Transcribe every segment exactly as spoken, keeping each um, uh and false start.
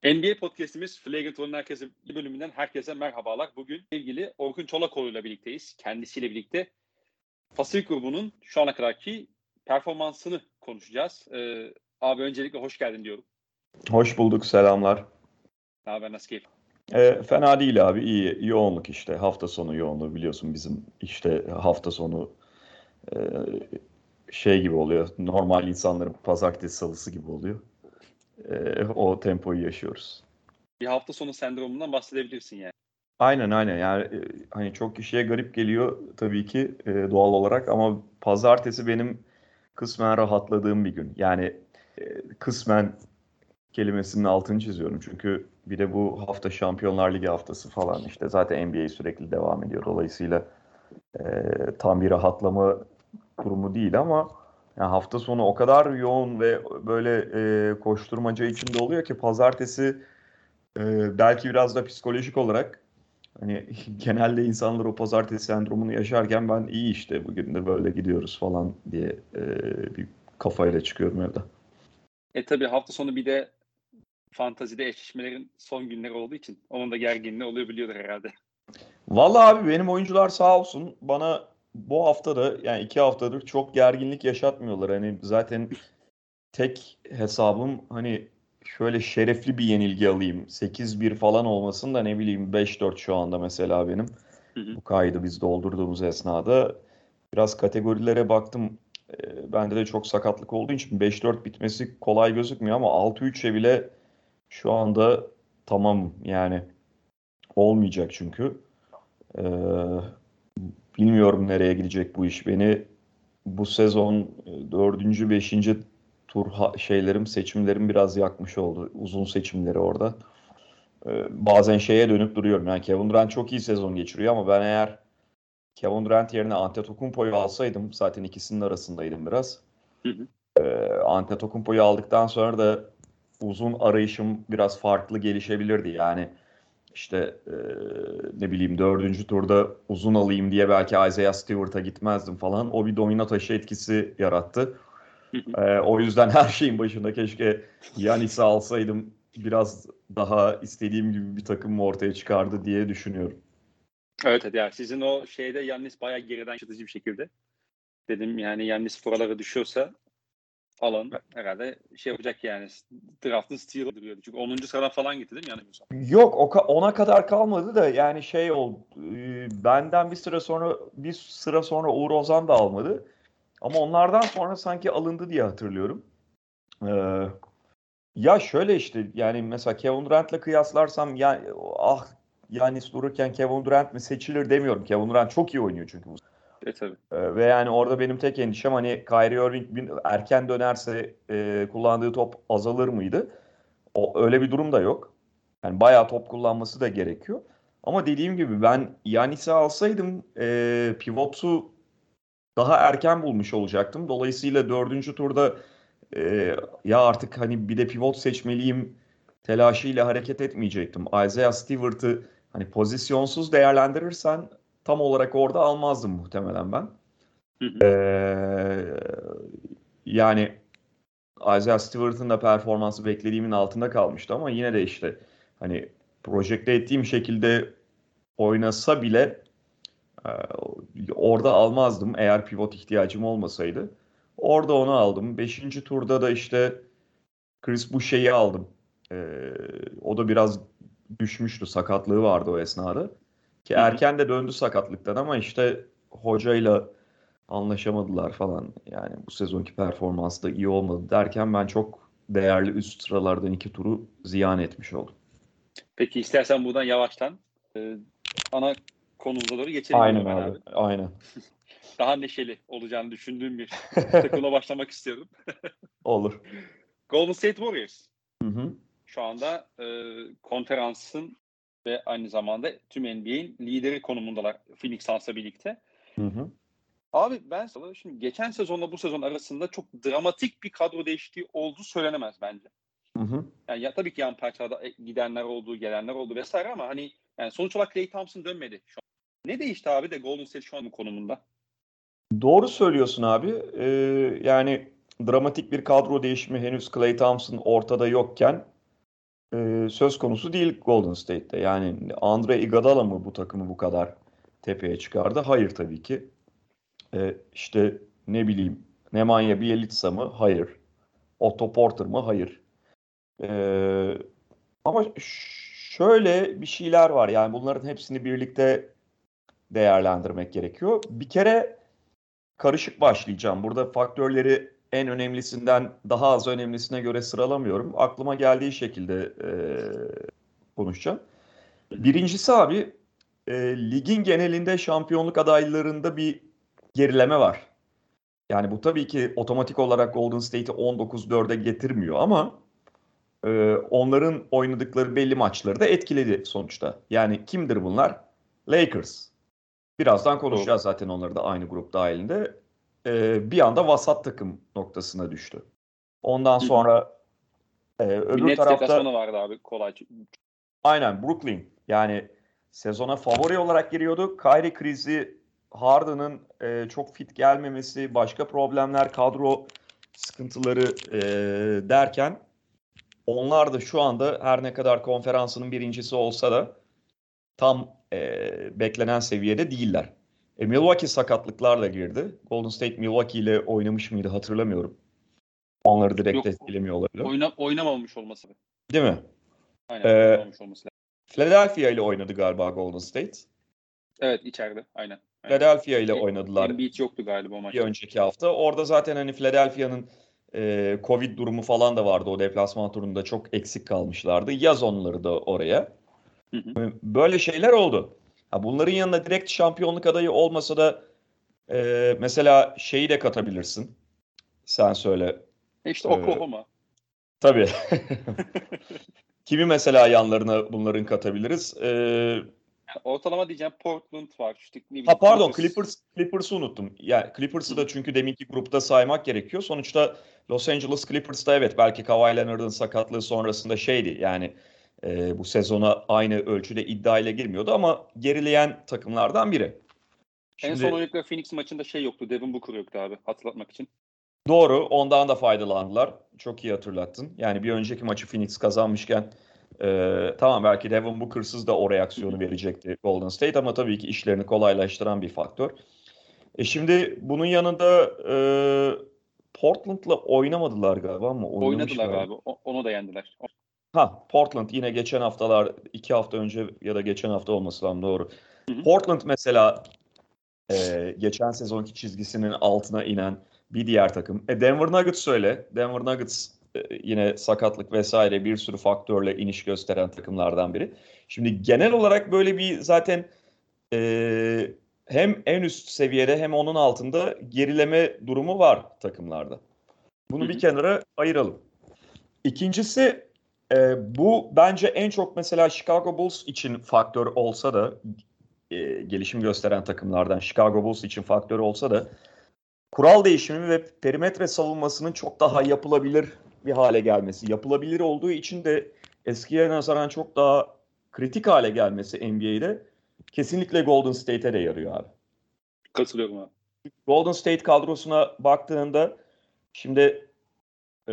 N B A Podcast'imiz Flagrant One'un herkese bölümünden herkese merhabalar. Bugün sevgili Orkun Çolakoğlu ile birlikteyiz. Kendisiyle birlikte Pasifik grubunun şu ana kadarki performansını konuşacağız. Ee, abi öncelikle hoş geldin diyorum. Hoş bulduk, selamlar. Ne haber, nasıl keyif? E, fena değil abi, iyi. Yoğunluk işte. Hafta sonu yoğunluğu biliyorsun bizim işte hafta sonu e, şey gibi oluyor. Normal insanların pazartesi salısı gibi oluyor. E, o tempoyu yaşıyoruz. Bir hafta sonu sendromundan bahsedebilirsin yani. Aynen aynen yani e, hani çok kişiye garip geliyor tabii ki e, doğal olarak ama pazartesi benim kısmen rahatladığım bir gün. Yani e, kısmen kelimesinin altını çiziyorum. Çünkü bir de bu hafta Şampiyonlar Ligi haftası falan işte zaten N B A sürekli devam ediyor. Dolayısıyla e, tam bir rahatlama durumu değil ama yani hafta sonu o kadar yoğun ve böyle e, koşturmaca içinde oluyor ki pazartesi e, belki biraz da psikolojik olarak hani genelde insanlar o pazartesi sendromunu yaşarken ben iyi işte bugün de böyle gidiyoruz falan diye e, bir kafayla çıkıyorum evden. E tabii hafta sonu bir de fantazide eşleşmelerin son günleri olduğu için onun da gerginliği oluyor biliyordur herhalde. Vallahi abi benim oyuncular sağ olsun bana bu hafta da yani iki haftadır çok gerginlik yaşatmıyorlar. Hani zaten tek hesabım hani şöyle şerefli bir yenilgi alayım. sekiz bir falan olmasın da ne bileyim beş dört şu anda mesela benim. Hı hı. Bu kaydı biz doldurduğumuz esnada. Biraz kategorilere baktım. E, bende de çok sakatlık olduğu için beş dört bitmesi kolay gözükmüyor ama altı üçe bile şu anda tamam yani olmayacak çünkü. Ee, Bilmiyorum nereye gidecek bu iş. Beni bu sezon e, dördüncü, beşinci tur ha- şeylerim, seçimlerim biraz yakmış oldu. Uzun seçimleri orada. Ee, bazen şeye dönüp duruyorum. Yani Kevin Durant çok iyi sezon geçiriyor ama ben eğer Kevin Durant yerine Antetokounmpo'yu alsaydım, zaten ikisinin arasındaydım biraz. Hı hı. Ee, Antetokounmpo'yu aldıktan sonra da uzun arayışım biraz farklı gelişebilirdi. Yani İşte e, ne bileyim dördüncü turda uzun alayım diye belki Isaiah Stewart'a gitmezdim falan. O bir domino taşı etkisi yarattı. Hı hı. E, o yüzden her şeyin başında keşke Giannis'i alsaydım biraz daha istediğim gibi bir takım mı ortaya çıkardı diye düşünüyorum. Evet, evet yani sizin o şeyde Yannis bayağı geriden şaşırtıcı bir şekilde. Dedim yani Yannis buralara düşüyorsa alan herhalde şey yapacak yani. Draft'ın steal duruyordu. Çünkü onuncu sıradan falan gitti değil mi? Yanılmıyorsam. Yok o ka- ona kadar kalmadı da yani şey oldu. e, Benden bir süre sonra bir sıra sonra Uğur Ozan da almadı. Ama onlardan sonra sanki alındı diye hatırlıyorum. Ee, Ya şöyle işte yani mesela Kevin Durant'la kıyaslarsam ya ah Giannis dururken Kevin Durant mi seçilir demiyorum. Kevin Durant çok iyi oynuyor çünkü bu. E tabii. Ee, ve yani orada benim tek endişem hani Kyrie Irving bir- erken dönerse e, kullandığı top azalır mıydı? O öyle bir durum da yok. Yani bayağı top kullanması da gerekiyor. Ama dediğim gibi ben Giannis'i alsaydım e, pivotu daha erken bulmuş olacaktım. Dolayısıyla dördüncü turda e, ya artık hani bir de pivot seçmeliyim telaşıyla hareket etmeyecektim. Isaiah Stewart'ı hani pozisyonsuz değerlendirirsen tam olarak orada almazdım muhtemelen ben. Hı hı. Ee, Yani Isaiah Stewart'ın da performansı beklediğimin altında kalmıştı ama yine de işte hani projekte ettiğim şekilde oynasa bile ee, orada almazdım eğer pivot ihtiyacım olmasaydı. Orada onu aldım. Beşinci turda da işte Chris Boucher'i aldım. Ee, o da biraz düşmüştü. Sakatlığı vardı o esnada. Ki Hı hı. erken de döndü sakatlıktan ama işte hocayla anlaşamadılar falan. Yani bu sezonki performansı da iyi olmadı derken ben çok değerli üst sıralardan iki turu ziyan etmiş oldum. Peki istersen buradan yavaştan e, ana konumuza doğru geçelim Aynen diyorum ben abi. abi. Aynen. Daha neşeli olacağını düşündüğüm bir takımla başlamak istiyorum. Olur. Golden State Warriors. Hı hı. Şu anda e, konferansın ve aynı zamanda tüm N B A'in lideri konumundalar Phoenix Suns'la birlikte. Hı hı. Abi ben sana şimdi geçen sezonla bu sezon arasında çok dramatik bir kadro değişikliği olduğu söylenemez bence. Hı hı. Yani ya tabii ki yan parçada gidenler oldu, gelenler oldu vesaire ama hani yani sonuç olarak Klay Thompson dönmedi şu an. Ne değişti abi de Golden State şu an bu konumunda? Doğru söylüyorsun abi. Ee, yani dramatik bir kadro değişimi henüz Klay Thompson ortada yokken e, söz konusu değil Golden State'te. Yani Andre Iguodala mı bu takımı bu kadar tepeye çıkardı? Hayır tabii ki. E, işte ne bileyim Nemanja Bjelica mı? Hayır. Otto Porter mı? Hayır. E, ama şöyle bir şeyler var. Yani bunların hepsini birlikte değerlendirmek gerekiyor. Bir kere karışık başlayacağım. Burada faktörleri en önemlisinden daha az önemlisine göre sıralamıyorum. Aklıma geldiği şekilde e, konuşacağım. Birincisi abi e, ligin genelinde şampiyonluk adaylarında bir gerileme var. Yani bu tabii ki otomatik olarak Golden State'i on dokuz dörde getirmiyor ama e, onların oynadıkları belli maçları da etkiledi sonuçta. Yani kimdir bunlar? Lakers. Birazdan Doğru. konuşacağız zaten onları da aynı grup dahilinde. Ee, bir anda vasat takım noktasına düştü. Ondan Hı hı. sonra e, Bir öbür net tarafta deplasmanı vardı abi kolay. aynen Brooklyn. Yani sezona favori olarak giriyordu. Kyrie krizi, Harden'ın e, çok fit gelmemesi, başka problemler, kadro sıkıntıları e, derken onlar da şu anda her ne kadar konferansının birincisi olsa da tam e, beklenen seviyede değiller. E, Milwaukee sakatlıklarla girdi. Golden State Milwaukee ile oynamış mıydı hatırlamıyorum. Onları direkt Yok, etkilemiyor olabilir. oyna, oynamamış olması. Değil mi? Aynen, E, oynamamış olması lazım. Philadelphia ile oynadı galiba Golden State. Evet, içeride. Aynen. Aynen. Philadelphia ile E, oynadılar Embiid yoktu galiba o bir maçta. önceki hafta. Orada zaten hani Philadelphia'nın e, Covid durumu falan da vardı. O deplasman turunda çok eksik kalmışlardı. Yaz onları da oraya. Hı hı. Böyle şeyler oldu. Ha, bunların yanında direkt şampiyonluk adayı olmasa da e, mesela şeyi de katabilirsin. Sen söyle. E işte Ee, Oklahoma. tabii. Kimi mesela yanlarına bunların katabiliriz? Ee, Ortalama diyeceğim Portland var. İşte ne ha bileyim pardon Clippers. Clippers Clippers'ı unuttum. Yani Hı Clippers'ı hı. da çünkü deminki grupta saymak gerekiyor. Sonuçta Los Angeles Clippers'ta evet belki Kawhi Leonard'ın sakatlığı sonrasında şeydi. Yani e, bu sezona aynı ölçüde iddia ile girmiyordu ama gerileyen takımlardan biri. En son Şimdi oynadıkları Phoenix maçında şey yoktu. Devin Booker yoktu abi. Hatırlatmak için. doğru, ondan da faydalandılar. Çok iyi hatırlattın. Yani bir önceki maçı Phoenix kazanmışken e, tamam belki Devin Booker'sız da o Hı hı. reaksiyonu verecekti Golden State ama tabii ki işlerini kolaylaştıran bir faktör. E şimdi bunun yanında e, Portland'la oynamadılar galiba ama Oynadılar oynamışlar. abi. O- onu da yendiler. Ha Portland yine geçen haftalar, iki hafta önce ya da geçen hafta olması lazım doğru. Hı hı. Portland mesela e, geçen sezonki çizgisinin altına inen bir diğer takım. E, Denver Nuggets öyle. Denver Nuggets e, yine sakatlık vesaire bir sürü faktörle iniş gösteren takımlardan biri. Şimdi genel olarak böyle bir zaten e, hem en üst seviyede hem onun altında gerileme durumu var takımlarda. Hı Bunu bir hı. kenara ayıralım. İkincisi e, bu bence en çok mesela Chicago Bulls için faktör olsa da e, gelişim gösteren takımlardan Chicago Bulls için faktör olsa da kural değişimi ve perimetre savunmasının çok daha yapılabilir bir hale gelmesi. Yapılabilir olduğu için de eskiye nazaran çok daha kritik hale gelmesi N B A'de kesinlikle Golden State'e de yarıyor abi. Katılıyorum abi. Golden State kadrosuna baktığında şimdi e,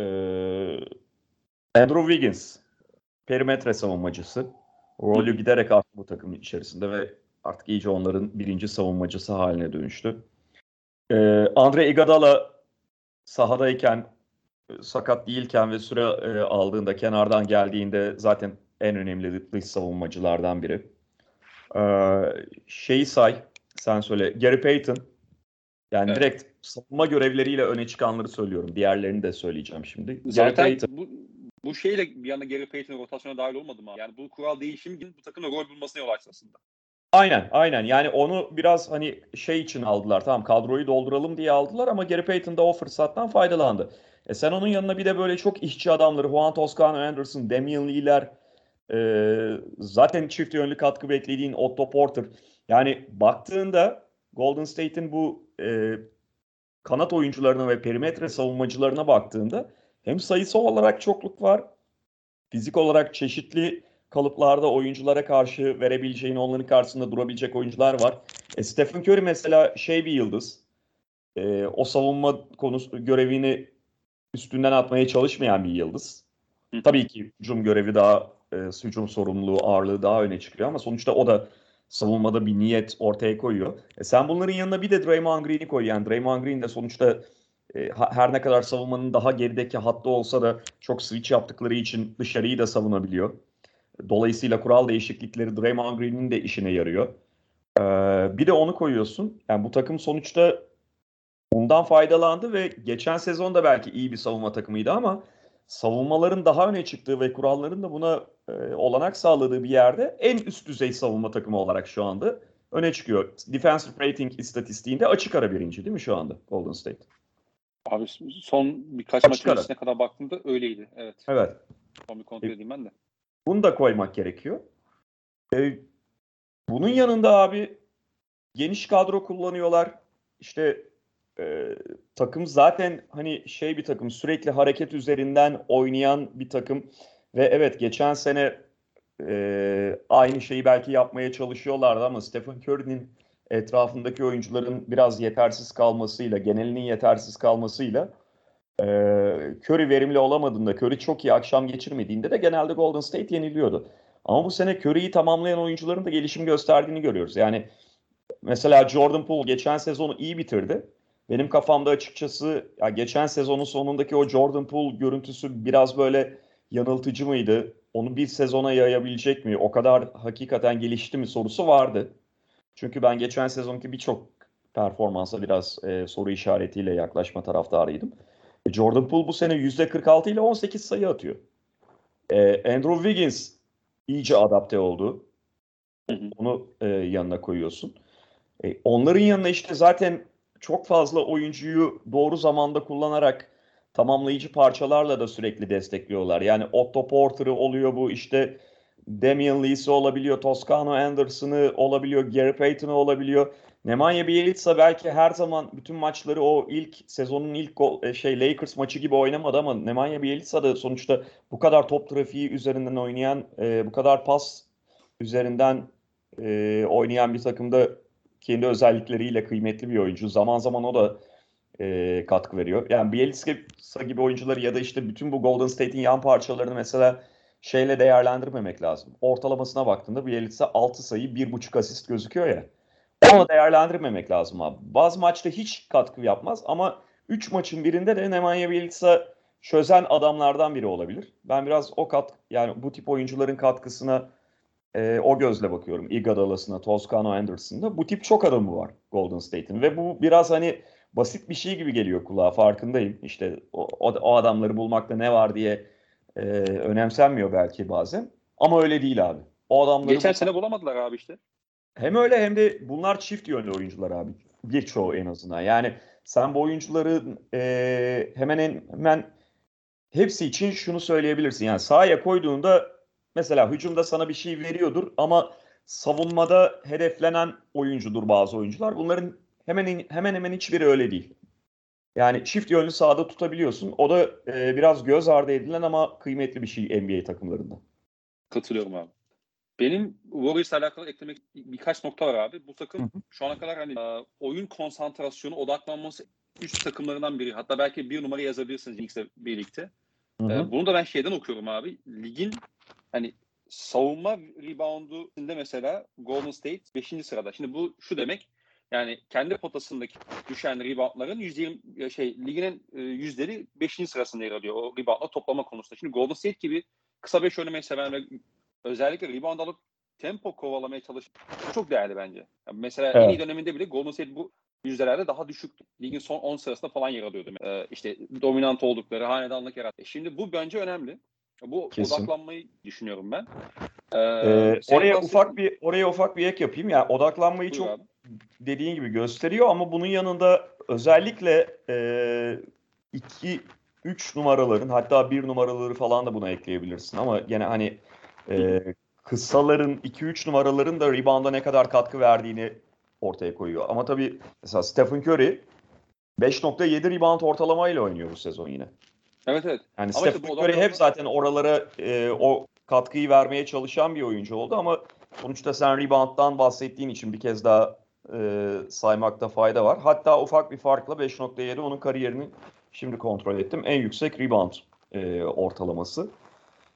Andrew Wiggins perimetre savunmacısı. Hı Rolü hı. giderek arttı bu takım içerisinde ve artık iyice onların birinci savunmacısı haline dönüştü. E, Andre Iguodala sahadayken sakat değilken ve süre e, aldığında kenardan geldiğinde zaten en önemli dış savunmacılardan biri. Ee, şeyi say sen söyle Gary Payton yani Evet. direkt savunma görevleriyle öne çıkanları söylüyorum. Diğerlerini de söyleyeceğim şimdi. Gary Zaten Payton bu bu şeyle bir anda Gary Payton rotasyona dahil olmadı mı? Yani bu kural değişimi bu takımda rol bulmasına yol açtı aslında. aynen aynen yani onu biraz hani şey için aldılar tamam kadroyu dolduralım diye aldılar ama Gary Payton da o fırsattan faydalandı. E sen onun yanına bir de böyle çok işçi adamları Juan Toscano Anderson, Damian Lillard Ee, zaten çift yönlü katkı beklediğin Otto Porter. Yani baktığında Golden State'in bu e, kanat oyuncularına ve perimetre savunmacılarına baktığında hem sayısı olarak çokluk var, fizik olarak çeşitli kalıplarda oyunculara karşı verebileceğin, onların karşısında durabilecek oyuncular var. E, Stephen Curry mesela şey bir yıldız. E, o savunma konusu görevini üstünden atmaya çalışmayan bir yıldız. Tabii ki hücum görevi daha, e, hücum sorumluluğu, ağırlığı daha öne çıkıyor ama sonuçta o da savunmada bir niyet ortaya koyuyor. E sen bunların yanına bir de Draymond Green'i koy. Yani Draymond Green de sonuçta e, her ne kadar savunmanın daha gerideki hattı olsa da çok switch yaptıkları için dışarıyı da savunabiliyor. Dolayısıyla kural değişiklikleri Draymond Green'in de işine yarıyor. Ee, bir de onu koyuyorsun. Yani bu takım sonuçta bundan faydalandı ve geçen sezon da belki iyi bir savunma takımıydı ama savunmaların daha öne çıktığı ve kuralların da buna e, olanak sağladığı bir yerde en üst düzey savunma takımı olarak şu anda öne çıkıyor. Defensive rating istatistiğinde açık ara birinci değil mi şu anda Golden State? Abi son birkaç maç Açık ara. öncesine kadar baktığımda öyleydi. Evet. Evet. Son bir kontrol E, edeyim ben de. Bunu da koymak gerekiyor. E, bunun yanında abi geniş kadro kullanıyorlar. İşte e, takım zaten hani şey bir takım, sürekli hareket üzerinden oynayan bir takım ve evet geçen sene e, aynı şeyi belki yapmaya çalışıyorlardı ama Stephen Curry'nin etrafındaki oyuncuların biraz yetersiz kalmasıyla, genelinin yetersiz kalmasıyla e, Curry verimli olamadığında, Curry çok iyi akşam geçirmediğinde de genelde Golden State yeniliyordu. Ama bu sene Curry'yi tamamlayan oyuncuların da gelişim gösterdiğini görüyoruz. Yani mesela Jordan Poole geçen sezonu iyi bitirdi. Benim kafamda açıkçası ya geçen sezonun sonundaki o Jordan Poole görüntüsü biraz böyle yanıltıcı mıydı? Onu bir sezona yayabilecek mi? O kadar hakikaten gelişti mi sorusu vardı. Çünkü ben geçen sezonki birçok performansa biraz e, soru işaretiyle yaklaşma taraftarıydım. E, Jordan Poole bu sene yüzde kırk altı ile on sekiz sayı atıyor. E, Andrew Wiggins iyice adapte oldu. Hı hı. Onu e, yanına koyuyorsun. E, onların yanına işte zaten çok fazla oyuncuyu doğru zamanda kullanarak tamamlayıcı parçalarla da sürekli destekliyorlar. Yani Otto Porter'ı oluyor bu, işte Damian Lee'si olabiliyor, Toscano Anderson'ı olabiliyor, Gary Payton'ı olabiliyor. Nemanja Bjelica belki her zaman bütün maçları o ilk sezonun ilk gol, e, şey Lakers maçı gibi oynamadı ama Nemanja Bjelica da sonuçta bu kadar top trafiği üzerinden oynayan, e, bu kadar pas üzerinden e, oynayan bir takımda kendi özellikleriyle kıymetli bir oyuncu. Zaman zaman o da e, katkı veriyor. Yani Bielitsa gibi oyuncuları ya da işte bütün bu Golden State'in yan parçalarını mesela şeyle değerlendirmemek lazım. Ortalamasına baktığında Bielitsa altı sayı bir buçuk asist gözüküyor ya. Onu değerlendirmemek lazım abi. Bazı maçta hiç katkı yapmaz ama üç maçın birinde de Nemanja Bjelica çözen adamlardan biri olabilir. Ben biraz o kat yani bu tip oyuncuların katkısına e, o gözle bakıyorum. Iguodala'sına, Toscano Anderson'da. Bu tip çok adamı var Golden State'in. Ve bu biraz hani basit bir şey gibi geliyor kulağa, farkındayım. İşte o, o, o adamları bulmakta ne var diye e, önemsenmiyor belki bazen. Ama öyle değil abi. O adamları Geçen bulmak sene bulamadılar abi işte. hem öyle hem de bunlar çift yönlü oyuncular abi. Birçoğu en azından. Yani sen bu oyuncuları e, hemen hemen hepsi için şunu söyleyebilirsin. Yani sahaya koyduğunda mesela hücumda sana bir şey veriyordur ama savunmada hedeflenen oyuncudur bazı oyuncular. Bunların hemen hemen hemen hiçbiri öyle değil. Yani çift yönlü sahada tutabiliyorsun. O da e, biraz göz ardı edilen ama kıymetli bir şey N B A takımlarında. Katılıyorum abi. Benim Warriors'la alakalı eklemek birkaç nokta var abi. Bu Hı takım hı. şu ana kadar hani e, oyun konsantrasyonu, odaklanması üst takımlarından biri. Hatta belki bir numara yazabilirsiniz Knicks'le birlikte. Hı E, hı. bunu da ben şeyden okuyorum abi. Ligin hani savunma reboundunda mesela Golden State beşinci sırada. Şimdi bu şu demek, yani kendi potasındaki düşen reboundların yüz yirmi şey liginin e, yüzleri beşinci sırasında yer alıyor o reboundla toplama konusunda. Şimdi Golden State gibi kısa beş oynamayı seven ve özellikle rebound alıp tempo kovalamaya çalışan çok değerli bence. Yani mesela en iyi Evet. döneminde bile Golden State bu yüzdelerde daha düşük. Ligin son on sırasında falan yer alıyordu. Ee, işte dominant oldukları, hanedanlık yarattı. E şimdi bu bence önemli. Bu Kesin. odaklanmayı düşünüyorum ben. Ee, Ee, senin oraya ufak bahsettiğin... bir oraya ufak bir ek yapayım. Yani odaklanmayı Buyur çok abi. dediğin gibi gösteriyor ama bunun yanında özellikle e, iki üç numaraların, hatta bir numaraları falan da buna ekleyebilirsin ama gene hani e, kısaların iki üç numaraların da rebound'a ne kadar katkı verdiğini ortaya koyuyor. Ama tabii mesela Stephen Curry beş nokta yedi rebound ortalamayla oynuyor bu sezon yine. Evet, evet. Yani Ama işte Stephen bu Curry hep odaklanma... zaten oralara e, o katkıyı vermeye çalışan bir oyuncu oldu ama sonuçta sen rebound'dan bahsettiğin için bir kez daha e, saymakta fayda var. Hatta ufak bir farkla beş nokta yedi onun kariyerinin, şimdi kontrol ettim, en yüksek rebound e, ortalaması.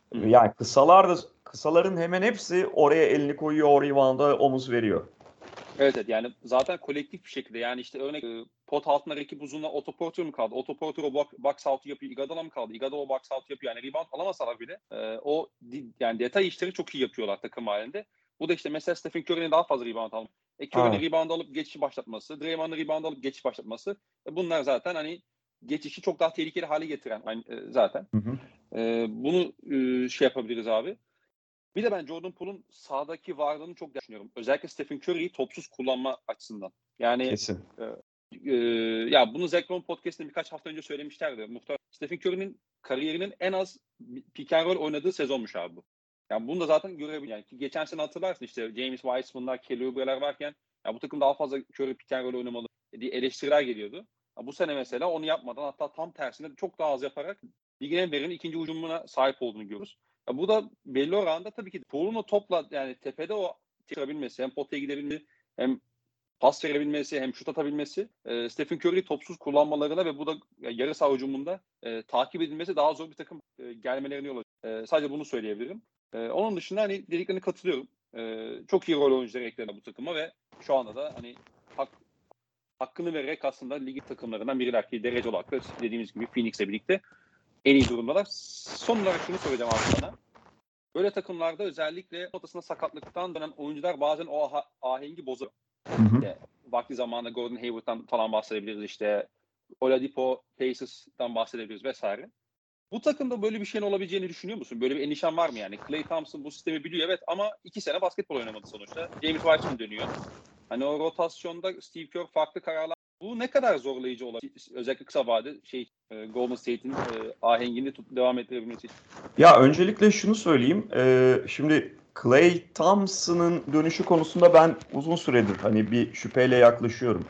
Hı. Yani kısalar da kısaların hemen hepsi oraya elini koyuyor, o rebound'a omuz veriyor. Evet, evet, yani zaten kolektif bir şekilde, yani işte örnek e, pot altında rakip uzunla Otto Porter mı kaldı? Otto Porter o box, box out yapıyor. Iguodala mı kaldı? Iguodala o box out yapıyor. Yani rebound alamasalar bile e, o di, yani detay işleri çok iyi yapıyorlar takım halinde. Bu da işte mesela Stephen Curry'nin daha fazla rebound alması. E, Curry'nin Evet. rebound alıp geçişi başlatması, Draymond'ın rebound alıp geçiş başlatması. E, bunlar zaten hani geçişi çok daha tehlikeli hale getiren hani, e, zaten. Hı hı. E, bunu e, şey yapabiliriz abi. Bir de ben Jordan Poole'un sahadaki varlığını çok düşünüyorum. Özellikle Stephen Curry'yi topsuz kullanma açısından. Yani Kesin. e, e, ya bunu Zach Lowe podcast'inde birkaç hafta önce söylemişlerdi. Muhtemelen Stephen Curry'nin kariyerinin en az pick and roll oynadığı sezonmuş abi bu. Yani bunu da zaten görebiliyorsun. Yani ki geçen sene hatırlarsın işte James Wiseman'lar, Kelly Oubre'ler varken ya bu takım daha fazla Curry pick and roll oynamalı diye eleştiriler geliyordu. Ya bu sene mesela onu yapmadan, hatta tam tersine çok daha az yaparak ligin en verimli ikinci hücumuna sahip olduğunu görüyoruz. Ya bu da belli oranda tabii ki Paul'un o topla yani tepede o çıkabilmesi, hem potaya gidebilmesi, hem pas verebilmesi, hem şut atabilmesi, e, Stephen Curry'i topsuz kullanmalarına ve bu da yarı saha hücumunda e, takip edilmesi daha zor bir takım e, gelmelerine yol açıyor. E, sadece bunu söyleyebilirim. E, onun dışında hani dediklerine katılıyorum. E, çok iyi rol oyuncuları ekledi bu takıma ve şu anda da hani hak, hakkını vererek aslında ligi takımlarından biriler ki derece olarak da dediğimiz gibi Phoenix'le birlikte en iyi durumdalar. Son olarak şunu soracağım abi sana. Böyle takımlarda özellikle ortasında sakatlıktan dönen oyuncular bazen o ah- ahengi bozuyor. Hı hı. İşte vakti zamanında Gordon Hayward'dan falan bahsedebiliriz, işte Oladipo Pacers'tan bahsedebiliriz vesaire. Bu takımda böyle bir şeyin olabileceğini düşünüyor musun? Böyle bir endişen var mı yani? Klay Thompson bu sistemi biliyor evet ama iki sene basketbol oynamadı sonuçta. James Wiseman dönüyor. Hani o rotasyonda Steve Kerr farklı kararlar. Bu ne kadar zorlayıcı olabilir? Özellikle kısa vade şey e, Golden State'in e, ahengini tut, devam ettirebilmesi için. Ya öncelikle şunu söyleyeyim. Ee, şimdi Klay Thompson'ın dönüşü konusunda ben uzun süredir hani bir şüpheyle yaklaşıyorum.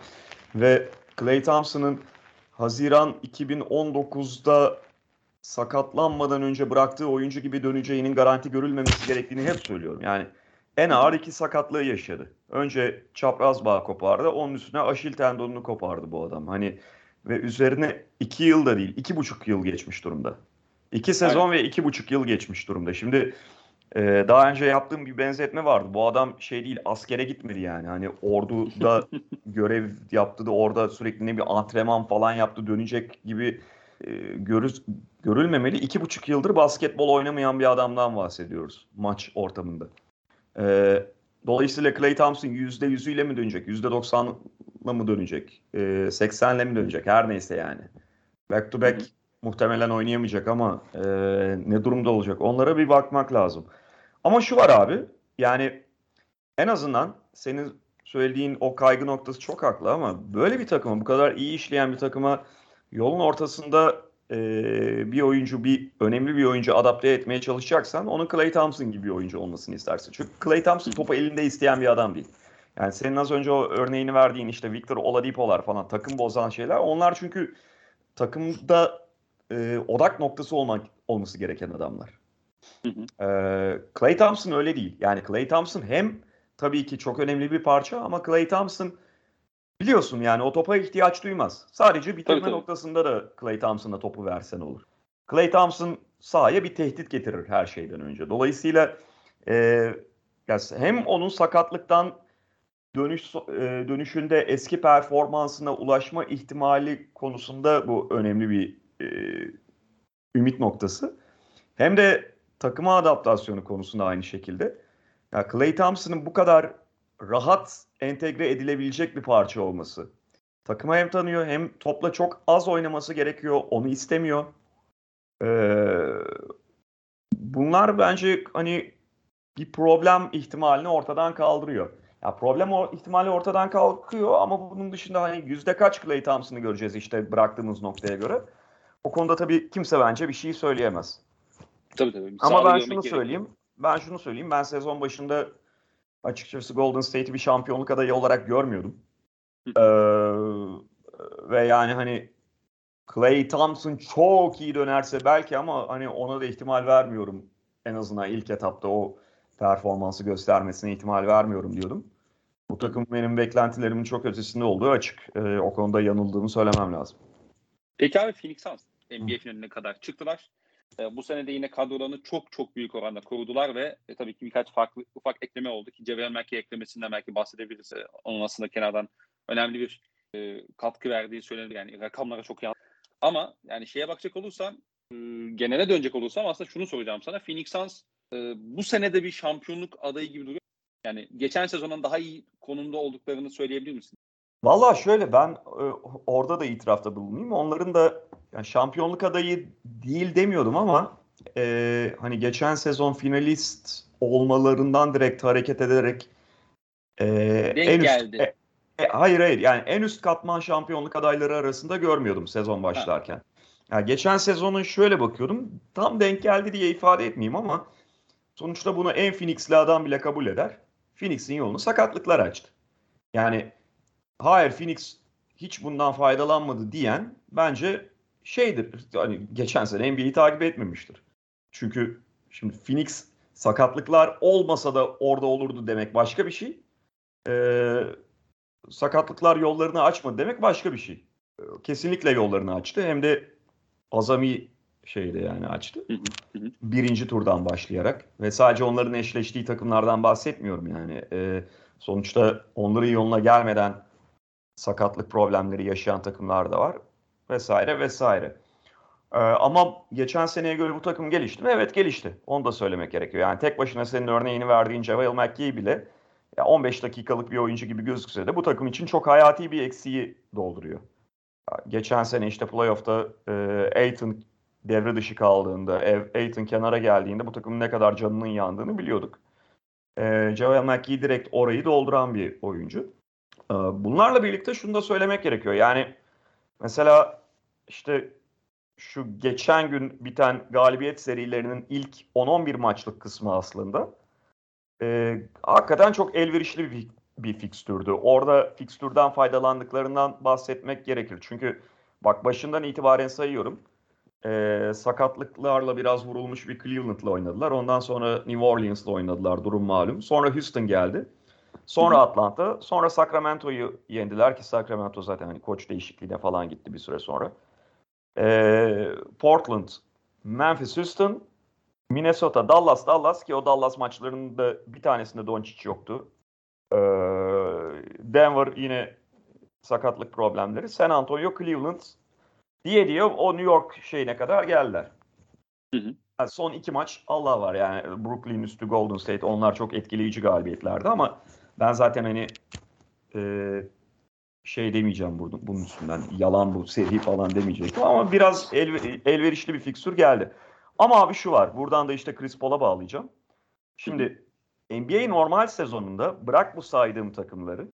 Ve Klay Thompson'ın Haziran iki bin on dokuzda sakatlanmadan önce bıraktığı oyuncu gibi döneceğinin garanti görülmemesi gerektiğini hep söylüyorum. Yani en ağır iki sakatlığı yaşadı. Önce çapraz bağ kopardı, onun üstüne Aşil tendonunu kopardı bu adam. Hani ve üzerine iki yıl da değil, iki buçuk yıl geçmiş durumda. İki Aynen. sezon ve iki buçuk yıl geçmiş durumda. Şimdi e, daha önce yaptığım bir benzetme vardı. Bu adam şey değil, askere gitmedi yani. Hani orduda görev yaptı da orada sürekli ne bir antrenman falan yaptı, dönecek gibi e, görüz, görülmemeli. İki buçuk yıldır basketbol oynamayan bir adamdan bahsediyoruz maç ortamında. E, Dolayısıyla Klay Thompson yüzde yüzüyle mi dönecek, yüzde doksanla mı dönecek, e, seksenle mi dönecek, her neyse yani. Back to Hı back hı. muhtemelen oynayamayacak ama e, ne durumda olacak? Onlara bir bakmak lazım. Ama şu var abi, yani en azından senin söylediğin o kaygı noktası çok haklı ama böyle bir takıma, bu kadar iyi işleyen bir takıma yolun ortasında e, bir oyuncu, bir önemli bir oyuncu adapte etmeye çalışacaksan onun Klay Thompson gibi bir oyuncu olmasını istersin. Çünkü Klay Hı Thompson hı. topu elinde isteyen bir adam değil. Yani senin az önce o örneğini verdiğin işte Victor Oladipo'lar falan takım bozan şeyler. Onlar çünkü takımda e, odak noktası olmak olması gereken adamlar. Hı hı. E, Klay Thompson öyle değil. Yani Klay Thompson hem tabii ki çok önemli bir parça ama Klay Thompson biliyorsun yani o topa ihtiyaç duymaz. Sadece Tabii bitirme tabii. noktasında da Klay Thompson'a topu versen olur. Klay Thompson sahaya bir tehdit getirir her şeyden önce. Dolayısıyla e, yani hem onun sakatlıktan dönüş e, dönüşünde eski performansına ulaşma ihtimali konusunda bu önemli bir e, ümit noktası. Hem de takıma adaptasyonu konusunda aynı şekilde. Ya Klay Thompson'ın bu kadar rahat entegre edilebilecek bir parça olması. Takıma hem tanıyor hem topla çok az oynaması gerekiyor. Onu istemiyor. Ee, Bunlar bence hani bir problem ihtimalini ortadan kaldırıyor. Ya problem o ihtimali ortadan kalkıyor ama bunun dışında hani yüzde kaç Klay Thompson'ı göreceğiz işte bıraktığımız noktaya göre. O konuda tabii kimse bence bir şey söyleyemez. Tabii tabii. Bir Ama sahada ben görmek şunu gerekiyor. söyleyeyim. Ben şunu söyleyeyim. Ben sezon başında açıkçası Golden State'i bir şampiyonluk adayı olarak görmüyordum. Hı Ee, hı. Ve yani hani Klay Thompson çok iyi dönerse belki ama hani ona da ihtimal vermiyorum. En azından ilk etapta o performansı göstermesine ihtimal vermiyorum diyordum. Bu Hı hı. takım benim beklentilerimin çok ötesinde olduğu açık. Ee, o konuda yanıldığımı söylemem lazım. Peki abi Phoenix Suns N B A finaline kadar çıktılar. E, bu sene de yine kadrolarını çok çok büyük oranda korudular ve e, tabii ki birkaç farklı ufak ekleme oldu ki Javel McGee eklemesinden belki bahsedebiliriz. E, onun aslında kenardan önemli bir e, katkı verdiği söylenir. Yani rakamlara çok yan. Ama yani şeye bakacak olursam, e, genele dönecek olursam aslında şunu soracağım sana. Phoenix Suns e, bu sene de bir şampiyonluk adayı gibi duruyor. Yani geçen sezonun daha iyi konumda olduklarını söyleyebilir misin? Valla şöyle ben e, orada da itirafta bulunayım. Onların da yani şampiyonluk adayı değil demiyordum ama e, hani geçen sezon finalist olmalarından direkt hareket ederek e, en Denk üst geldi. e, e, hayır hayır yani en üst katman şampiyonluk adayları arasında görmüyordum sezon Ha. başlarken. Yani geçen sezonun şöyle bakıyordum. Tam denk geldi diye ifade etmeyeyim ama sonuçta bunu en Phoenix'li adam bile kabul eder. Phoenix'in yolunu sakatlıklar açtı. Yani hayır Phoenix hiç bundan faydalanmadı diyen bence şeydir. Hani geçen sene N B A'yi takip etmemiştir. Çünkü şimdi Phoenix sakatlıklar olmasa da orada olurdu demek başka bir şey. Ee, sakatlıklar yollarını açmadı demek başka bir şey. Ee, kesinlikle yollarını açtı. Hem de azami şeyde yani açtı. Hı hı, hı. Birinci turdan başlayarak ve sadece onların eşleştiği takımlardan bahsetmiyorum yani. Ee, sonuçta onların yoluna gelmeden sakatlık problemleri yaşayan takımlar da var vesaire vesaire. Ee, ama geçen seneye göre bu takım gelişti mi? Evet gelişti. Onu da söylemek gerekiyor. Yani tek başına senin örneğini verdiğin JaVale McGee bile ya on beş dakikalık bir oyuncu gibi gözükse de bu takım için çok hayati bir eksiği dolduruyor. Geçen sene işte playoff'ta e, Ayton devre dışı kaldığında, Ayton kenara geldiğinde bu takımın ne kadar canının yandığını biliyorduk. E, JaVale McGee direkt orayı dolduran bir oyuncu. E, bunlarla birlikte şunu da söylemek gerekiyor. Yani mesela işte şu geçen gün biten galibiyet serilerinin ilk on on bir maçlık kısmı aslında e, hakikaten çok elverişli bir, bir fikstürdü. Orada fikstürden faydalandıklarından bahsetmek gerekir. Çünkü bak başından itibaren sayıyorum. E, sakatlıklarla biraz vurulmuş bir Cleveland'la oynadılar. Ondan sonra New Orleans'la oynadılar, durum malum. Sonra Houston geldi. Hı Sonra hı. Atlanta, sonra Sacramento'yu yendiler ki Sacramento zaten hani koç değişikliğine falan gitti bir süre sonra. Ee, Portland, Memphis, Houston, Minnesota, Dallas, Dallas ki o Dallas maçlarında bir tanesinde Doncic yoktu. Ee, Denver yine sakatlık problemleri. San Antonio, Cleveland diye diye o New York şeyine kadar geldiler. Hı hı. Yani son iki maç Allah var yani Brooklyn üstü Golden State onlar çok etkileyici galibiyetlerdi ama ben zaten hani e, şey demeyeceğim burada, bunun üstünden yalan bu seri falan demeyecektim ama biraz el, elverişli bir fikstür geldi. Ama abi şu var buradan da işte Chris Paul'a bağlayacağım. Hı hı. Şimdi N B A normal sezonunda bırak bu saydığım takımları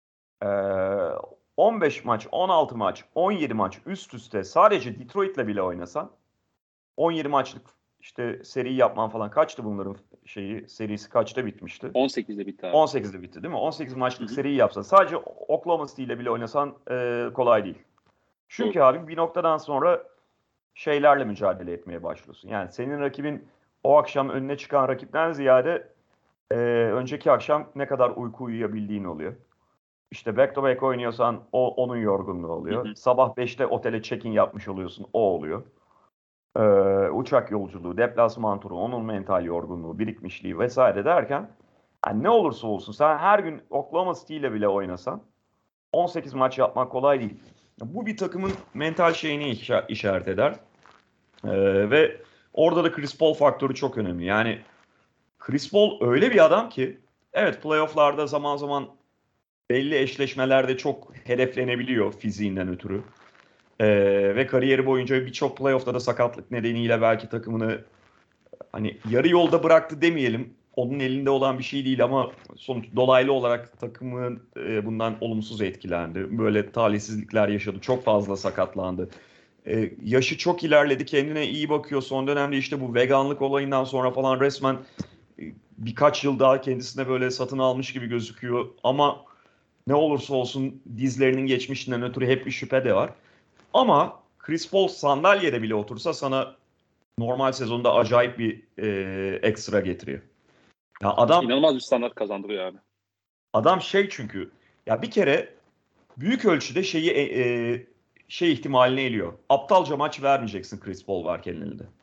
on beş maç, on altı maç, on yedi maç üst üste sadece Detroit'le bile oynasan on yedi maçlık işte seri yapman falan kaçtı bunların şeyi serisi kaçta bitmişti? on sekizde bitti abi. on sekizde bitti değil mi? on sekiz Hı maçlık hı. seriyi yapsan sadece Oklahoma City ile bile oynasan e, kolay değil. Doğru. Çünkü abi bir noktadan sonra şeylerle mücadele etmeye başlıyorsun. Yani senin rakibin o akşam önüne çıkan rakipten ziyade e, önceki akşam ne kadar uyku uyuyabildiğin oluyor. İşte back to back oynuyorsan o onun yorgunluğu Hı oluyor. hı. Sabah beşte otele check-in yapmış oluyorsun o oluyor. Ee, uçak yolculuğu, deplasman turu, onun mental yorgunluğu, birikmişliği vesaire derken yani ne olursa olsun sen her gün Oklahoma City ile bile oynasan on sekiz maç yapmak kolay değil. Bu bir takımın mental şeyini işaret eder. Ee, ve orada da Chris Paul faktörü çok önemli. Yani Chris Paul öyle bir adam ki evet playofflarda zaman zaman belli eşleşmelerde çok hedeflenebiliyor fiziğinden ötürü. Ee, ve kariyeri boyunca birçok playoff'ta da sakatlık nedeniyle belki takımını hani yarı yolda bıraktı demeyelim. Onun elinde olan bir şey değil ama sonuç dolaylı olarak takımın e, bundan olumsuz etkilendi. Böyle talihsizlikler yaşadı. Çok fazla sakatlandı. E, yaşı çok ilerledi. Kendine iyi bakıyor. Son dönemde işte bu veganlık olayından sonra falan resmen e, birkaç yıl daha kendisine böyle satın almış gibi gözüküyor. Ama ne olursa olsun dizlerinin geçmişinden ötürü hep bir şüphe de var. Ama Chris Paul sandalyede bile otursa sana normal sezonda acayip bir e, ekstra getiriyor. Ya adam İnanılmaz bir standart kazandırıyor abi. adam şey çünkü ya bir kere büyük ölçüde şeyi e, e, şey ihtimalini eliyor. Aptalca maç vermeyeceksin Chris Paul varken elinde.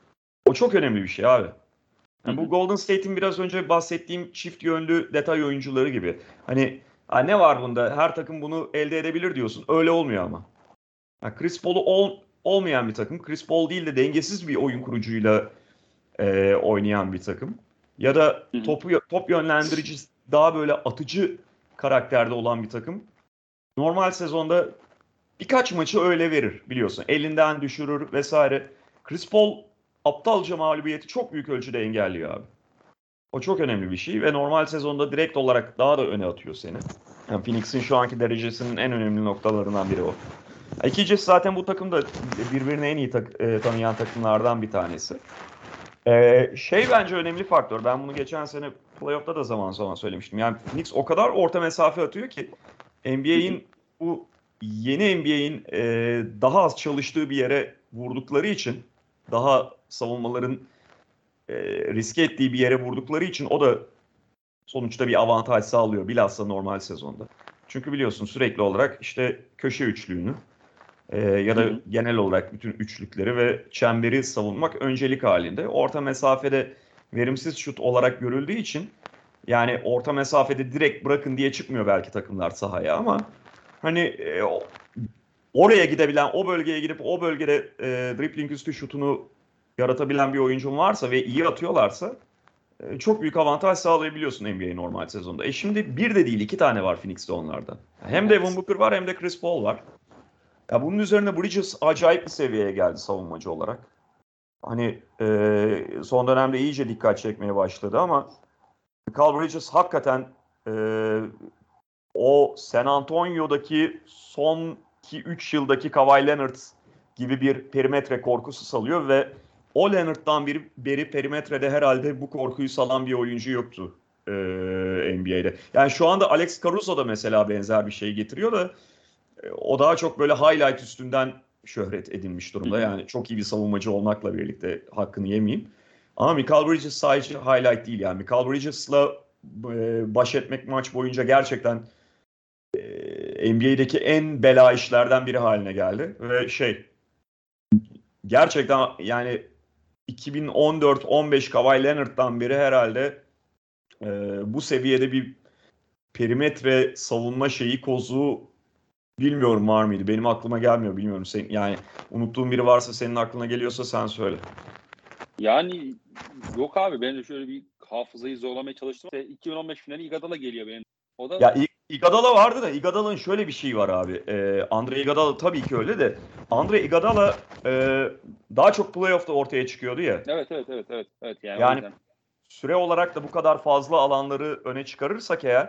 O çok önemli bir şey abi. Yani bu Golden State'in biraz önce bahsettiğim çift yönlü detay oyuncuları gibi. Hani ha ne var bunda? Her takım bunu elde edebilir diyorsun. Öyle olmuyor ama. Yani Chris Paul'u ol, olmayan bir takım. Chris Paul değil de dengesiz bir oyun kurucuyla e, oynayan bir takım. Ya da Hı hı. topu top yönlendirici, daha böyle atıcı karakterde olan bir takım. Normal sezonda birkaç maçı öyle verir biliyorsun. Elinden düşürür vesaire. Chris Paul aptalca mağlubiyeti çok büyük ölçüde engelliyor abi. O çok önemli bir şey ve normal sezonda direkt olarak daha da öne atıyor seni. Yani Phoenix'in şu anki derecesinin en önemli noktalarından biri o. İkincisi zaten bu takım da birbirini en iyi tak- e, tanıyan takımlardan bir tanesi. Ee, şey bence önemli faktör. Ben bunu geçen sene playoff'ta da zaman zaman söylemiştim. Yani Phoenix o kadar orta mesafe atıyor ki N B A'in bu yeni N B A'in e, daha az çalıştığı bir yere vurdukları için, daha savunmaların e, riske ettiği bir yere vurdukları için o da sonuçta bir avantaj sağlıyor bilhassa normal sezonda. Çünkü biliyorsun sürekli olarak işte köşe üçlüğünü e, ya Hı da hı. genel olarak bütün üçlükleri ve çemberi savunmak öncelik halinde. Orta mesafede verimsiz şut olarak görüldüğü için yani orta mesafede direkt bırakın diye çıkmıyor belki takımlar sahaya ama hani e, oraya gidebilen, o bölgeye gidip o bölgede e, dribbling üstü şutunu yaratabilen bir oyuncun varsa ve iyi atıyorlarsa e, çok büyük avantaj sağlayabiliyorsun N B A normal sezonda. E şimdi bir de değil iki tane var Phoenix'te onlardan. Hem Devin Evet. Booker var hem de Chris Paul var. Ya bunun üzerine Bridges acayip bir seviyeye geldi savunmacı olarak. Hani e, son dönemde iyice dikkat çekmeye başladı ama Mikal Bridges hakikaten e, o San Antonio'daki son iki üç yıldaki Kawhi Leonard gibi bir perimetre korkusu salıyor ve o Leonard'dan bir, beri perimetrede herhalde bu korkuyu salan bir oyuncu yoktu e, N B A'de. Yani şu anda Alex Caruso da mesela benzer bir şey getiriyor da e, o daha çok böyle highlight üstünden şöhret edinmiş Hı durumda. hı. Yani çok iyi bir savunmacı olmakla birlikte hakkını yemeyeyim. Ama Mikal Bridges sadece highlight değil yani. Mikal Bridges'la e, baş etmek maç boyunca gerçekten N B A'deki en bela işlerden biri haline geldi. Ve şey gerçekten yani iki bin on dört on beş Kawhi Leonard'dan beri herhalde e, bu seviyede bir perimetre savunma şeyi kozu bilmiyorum var mıydı? Benim aklıma gelmiyor bilmiyorum. Sen, yani unuttuğum biri varsa senin aklına geliyorsa sen söyle. Yani yok abi, ben de şöyle bir hafızayı zorlamaya çalıştım. İşte iki bin on beş finali Iguodala geliyor benim. O da Ya İ- Iguodala vardı da Iguodala'nın şöyle bir şey var abi. Ee, Andre Iguodala tabii ki öyle de Andre Iguodala e, daha çok playoff'ta ortaya çıkıyordu ya. evet evet evet evet evet yani o Yani yüzden. süre olarak da bu kadar fazla alanları öne çıkarırsak eğer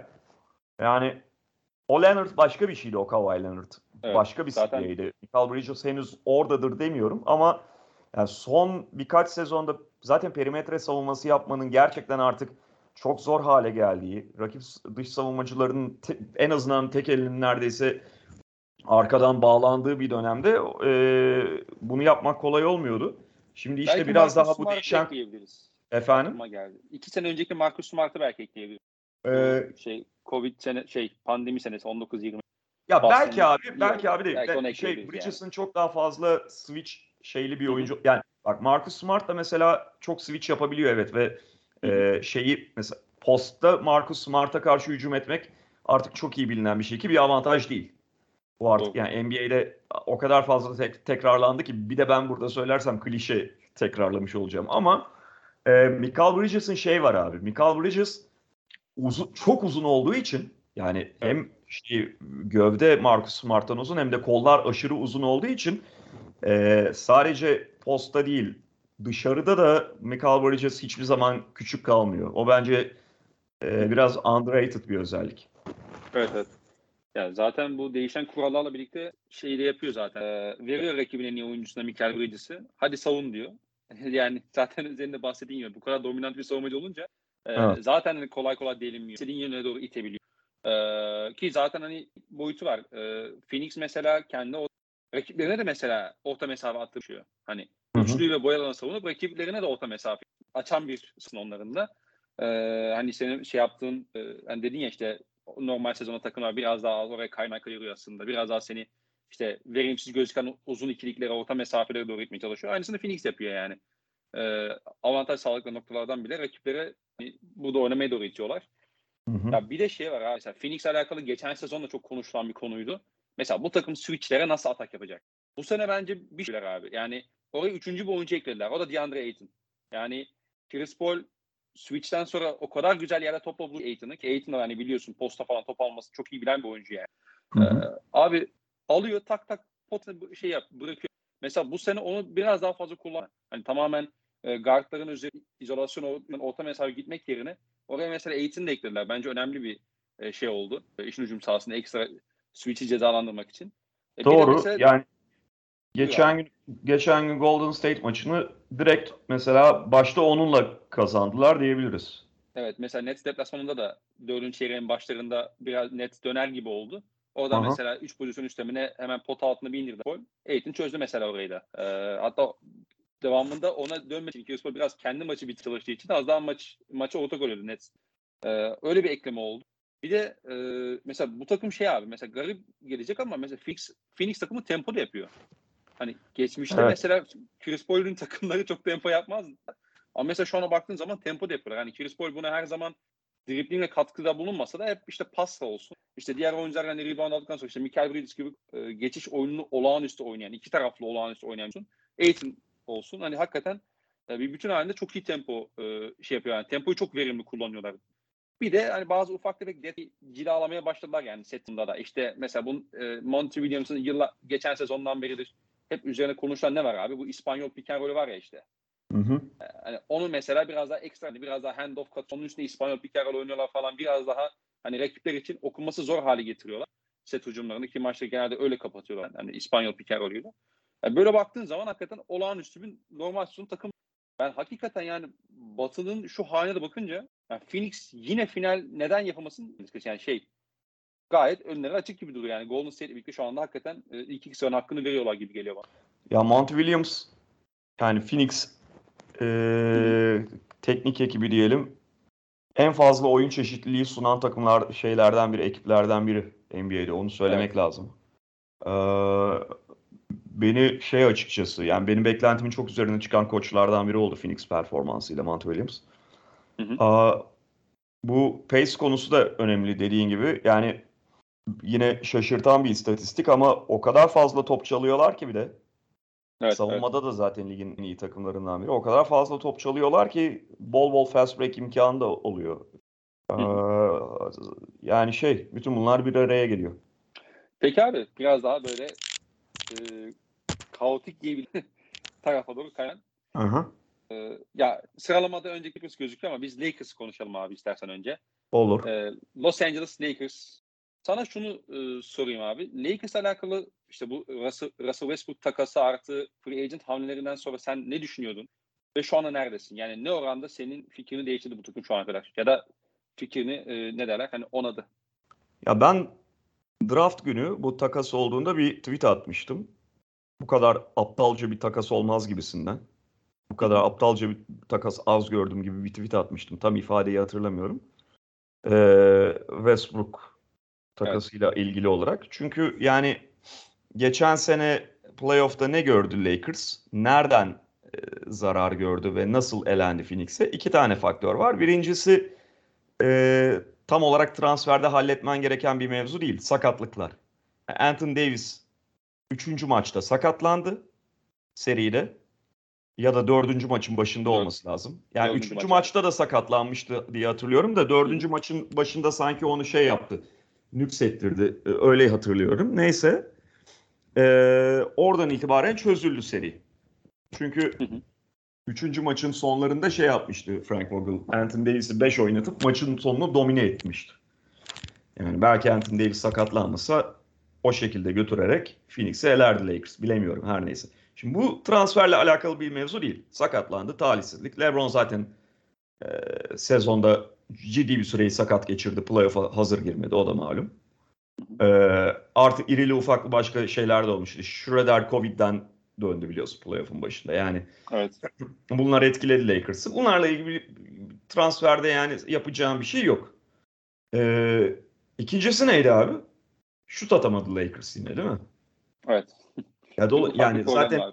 yani o Leonard başka bir şeydi, o Kawhi Leonard. Evet. Başka bir Zaten seviyeydi. Mikal Bridges henüz oradadır demiyorum ama yani son birkaç sezonda zaten perimetre savunması yapmanın gerçekten artık çok zor hale geldiği, rakip dış savunmacıların te, en azından tek elinin neredeyse arkadan bağlandığı bir dönemde e, bunu yapmak kolay olmuyordu. Şimdi işte belki biraz Marcus daha bu Smart'ı değişen ekleyebiliriz. efendim. Aklıma geldi. İki sene önceki Marcus Smart'ı belki ekleyebiliriz. Bu E, şey Covid sene şey pandemi senesi on dokuz yirmi. Ya belki Boston abi, iyi belki oynadı. abi de, Belki onu de şey ekleyebiliriz yani. Bridges'ın çok daha fazla switch şeyli bir Hı hı. oyuncu. Yani bak Marcus Smart da mesela çok switch yapabiliyor evet ve Hı hı. e, şeyi mesela postta Marcus Smart'a karşı hücum etmek artık çok iyi bilinen bir şey ki bir avantaj değil. Bu artık Doğru. yani N B A'de o kadar fazla tek- tekrarlandı ki bir de ben burada söylersem klişe tekrarlamış olacağım ama e, Mikal Bridges'ın şey var abi. Mikal Bridges uzun, çok uzun olduğu için yani Evet. hem şey, gövde Marcus Smart'tan uzun hem de kollar aşırı uzun olduğu için e, sadece posta değil dışarıda da Mikal Bridges hiçbir zaman küçük kalmıyor. O bence Hı e, hı. biraz underrated bir özellik. Evet evet. Yani zaten bu değişen kurallarla birlikte şeyi de yapıyor zaten. Ee, veriyor rakibin en iyi oyuncusuna Mikal Bridges'i. Hadi savun diyor. Yani zaten üzerinde bahsettiğin gibi bu kadar dominant bir savunmacı olunca Evet. e, zaten hani kolay kolay delinmiyor. İstediğin yöne doğru itebiliyor. Ee, ki zaten hani boyutu var. Ee, Phoenix mesela kendi o rakiplerine de mesela orta mesafe attırıyor. Hani Hı hı. üçlü ve boyalarını savunup rakiplerine de orta mesafe açan bir kısım onların da. Ee, hani senin şey yaptığın e, hani dedin ya işte normal sezona takımlar biraz daha oraya kaynak ayırıyor aslında. Biraz daha seni işte verimsiz gözüken uzun ikiliklere, orta mesafelere doğru gitmeye çalışıyor. Aynısını Phoenix yapıyor yani. e, avantaj sağladıkları noktalardan bile rakiplere hani, burada oynamaya doğru itiyorlar. Hı hı. Ya bir de şey var abi. Mesela Phoenix'le alakalı geçen sezon da çok konuşulan bir konuydu. Mesela bu takım switchlere nasıl atak yapacak? Bu sene bence bir şeyler abi. Yani oraya üçüncü bir oyuncu eklediler. O da DeAndre Ayton. Yani Chris Paul switch'ten sonra o kadar güzel yerde topla buldu Ayton'ı ki Ayton da hani biliyorsun posta falan top alması çok iyi bilen bir oyuncu yani. Hı hı. Ee, abi alıyor tak tak potunu şey yap bırakıyor. Mesela bu sene onu biraz daha fazla kullan. Hani tamamen e, guardların üzerine izolasyon orta mesafe gitmek yerine oraya mesela Ayton'u da eklediler. Bence önemli bir e, şey oldu. E, işin hücum sahasında ekstra switch'i cezalandırmak için. E, bir de Doğru. mesela Yani buyur abi. geçen gün geçen gün Golden State maçını direkt mesela başta onunla kazandılar diyebiliriz. Evet mesela Nets deplasmanında da dördüncü çeyreğin başlarında biraz Nets döner gibi oldu. Orada Aha. mesela üç pozisyon üstlemine hemen pot altına bir indirdi. Ayton çözdü mesela orayı da. Ee, hatta devamında ona dönmek için Chris Paul biraz kendi maçı bitirmeye çalıştığı için az daha maç maça ortak oluyordu Nets. Ee, öyle bir ekleme oldu. Bir de e, mesela bu takım şey abi mesela garip gelecek ama mesela Phoenix, Phoenix takımı tempo da yapıyor. Hani geçmişte Evet. mesela Chris Paul'un takımları çok tempo yapmazdı. Ama mesela şu ana baktığın zaman tempo da yapıyorlar. Hani Chris Paul buna her zaman driblingle katkıda bulunmasa da hep işte pasla olsun. İşte diğer oyuncular hani rebound aldıktan sonra işte Michael Bridges gibi e, geçiş oyununu olağanüstü oynayan, iki taraflı olağanüstü oynayan olsun. Ayton olsun. Hani hakikaten e, bir bütün halinde çok iyi tempo e, şey yapıyor. Yani tempoyu çok verimli kullanıyorlar. Bir de hani bazı ufak tefek detay cilalamaya başladılar yani setinde da. İşte mesela bu e, Monty Williams'ın yılla, geçen sezondan beridir hep üzerine konuşulan ne var abi? Bu İspanyol pick and roll'ü var ya işte. Hı hı. Hani onu mesela biraz daha ekstra, hani biraz daha hand off kat, onun üstüne İspanyol pick and roll oynuyorlar falan. Biraz daha hani rakipler için okunması zor hale getiriyorlar. Set hücumlarını ki maçta genelde öyle kapatıyorlar. Hani İspanyol pick and roll'üyle. Yani böyle baktığın zaman hakikaten olağanüstü bir normal sezon takım. Ben hakikaten yani Batı'nın şu haline de bakınca yani Phoenix yine final neden yapamasın? Yani şey gayet önleri açık gibi duruyor. Yani Golden State birlikte şu anda hakikaten e, ilk iki sıranın hakkını veriyorlar gibi geliyor bana. Ya Monty Williams yani Phoenix e, teknik ekibi diyelim. En fazla oyun çeşitliliği sunan takımlar şeylerden biri, ekiplerden biri N B A'de. Onu Evet. söylemek lazım. Ee, beni şey açıkçası yani benim beklentimin çok üzerine çıkan koçlardan biri oldu Phoenix performansıyla Monty Williams. Hı hı. Aa, bu pace konusu da önemli dediğin gibi. Yani yine şaşırtan bir istatistik ama o kadar fazla top çalıyorlar ki bir de. Evet, evet. Savunmada da zaten ligin en iyi takımlarından biri. O kadar fazla top çalıyorlar ki bol bol fast break imkanı da oluyor. Hı hı. Ee, yani şey, bütün bunlar bir araya geliyor. Peki abi biraz daha böyle e, kaotik diye bir tarafa doğru kayan. Aha, E, ya sıralamada önceki Clippers gözüküyor ama biz Lakers konuşalım abi istersen önce. olur. E, Los Angeles Lakers. Sana şunu e, sorayım abi. Lakers alakalı işte bu Russell, Russell Westbrook takası artı free agent hamlelerinden sonra sen ne düşünüyordun? Ve şu anda neredesin? Yani ne oranda senin fikrini değiştirdi bu takım şu ana kadar? Ya da fikrini e, ne derler? Hani onadı. Ya ben draft günü bu takas olduğunda bir tweet atmıştım. Bu kadar aptalca bir takas olmaz gibisinden. Bu Hı kadar hı. aptalca bir takas az gördüm gibi bir tweet atmıştım. Tam ifadeyi hatırlamıyorum. Ee, Westbrook Evet. takasıyla ilgili olarak. Çünkü yani geçen sene playoff'ta ne gördü Lakers? Nereden e, zarar gördü ve nasıl elendi Phoenix'e? İki tane faktör var. Birincisi e, tam olarak transferde halletmen gereken bir mevzu değil. Sakatlıklar. Anthony Davis üçüncü maçta sakatlandı seride. Ya da dördüncü maçın başında Dört, olması lazım. Yani dördüncü üçüncü maç evet. maçta da sakatlanmıştı diye hatırlıyorum da Hı hı. dördüncü maçın başında sanki onu şey yaptı. Nüksettirdi. E, Öyle hatırlıyorum. Neyse. Ee, oradan itibaren çözüldü seri. Çünkü Hı hı. üçüncü maçın sonlarında şey yapmıştı Frank Vogel. Anthony Davis'i beş oynatıp maçın sonunu domine etmişti. Yani belki Anthony Davis sakatlanmasa o şekilde götürerek Phoenix'i elerdi Lakers. Bilemiyorum her neyse. Şimdi bu transferle alakalı bir mevzu değil. Sakatlandı, talihsizlik. LeBron zaten e, sezonda ciddi bir süreyi sakat geçirdi. Playoff'a hazır girmedi, o da malum. E, artı irili ufaklı başka şeyler de olmuştu. Schroeder Covid'den döndü biliyorsun playoff'un başında. Yani Evet. bunlar etkiledi Lakers'ı. Bunlarla ilgili transferde yani yapacağım bir şey yok. E, ikincisi neydi abi? Şut atamadı Lakers yine değil mi? Evet. Ya Bir dolu, ufak bir yani problem zaten vardı.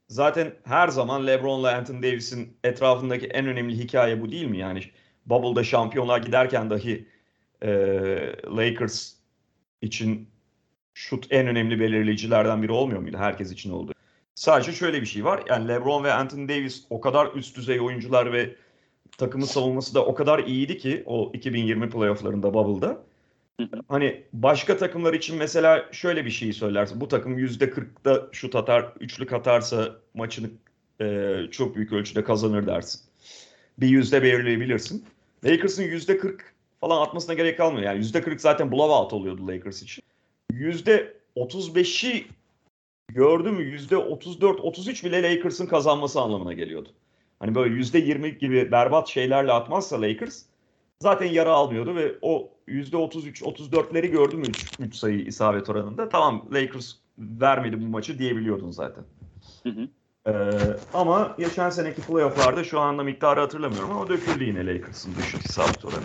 zaten her zaman LeBron'la Anthony Davis'in etrafındaki en önemli hikaye bu değil mi? Yani Bubble'da şampiyonluğa giderken dahi e, Lakers için şut en önemli belirleyicilerden biri olmuyor muydu? Herkes için oldu. Sadece şöyle bir şey var. Yani LeBron ve Anthony Davis o kadar üst düzey oyuncular ve takımın savunması da o kadar iyiydi ki o iki bin yirmi playofflarında Bubble'da. Hani başka takımlar için mesela şöyle bir şeyi söylersin. Bu takım yüzde kırkta şut atar, üçlük atarsa maçını e, çok büyük ölçüde kazanır dersin. Bir yüzde belirleyebilirsin. Lakers'ın yüzde kırk falan atmasına gerek kalmıyor. Yani yüzde kırk zaten blowout oluyordu Lakers için. yüzde otuz beşi gördü mü yüzde otuz dört otuz üç bile Lakers'ın kazanması anlamına geliyordu. Hani böyle yüzde yirmi gibi berbat şeylerle atmazsa Lakers zaten yara almıyordu ve o yüzde otuz üç otuz dörtleri gördü mü üç sayı isabet oranında tamam Lakers vermedi bu maçı diyebiliyordun zaten. Hı hı. Ee, ama geçen seneki playoff'larda şu anda miktarı hatırlamıyorum ama döküldü yine Lakers'ın düşük isabet oranı.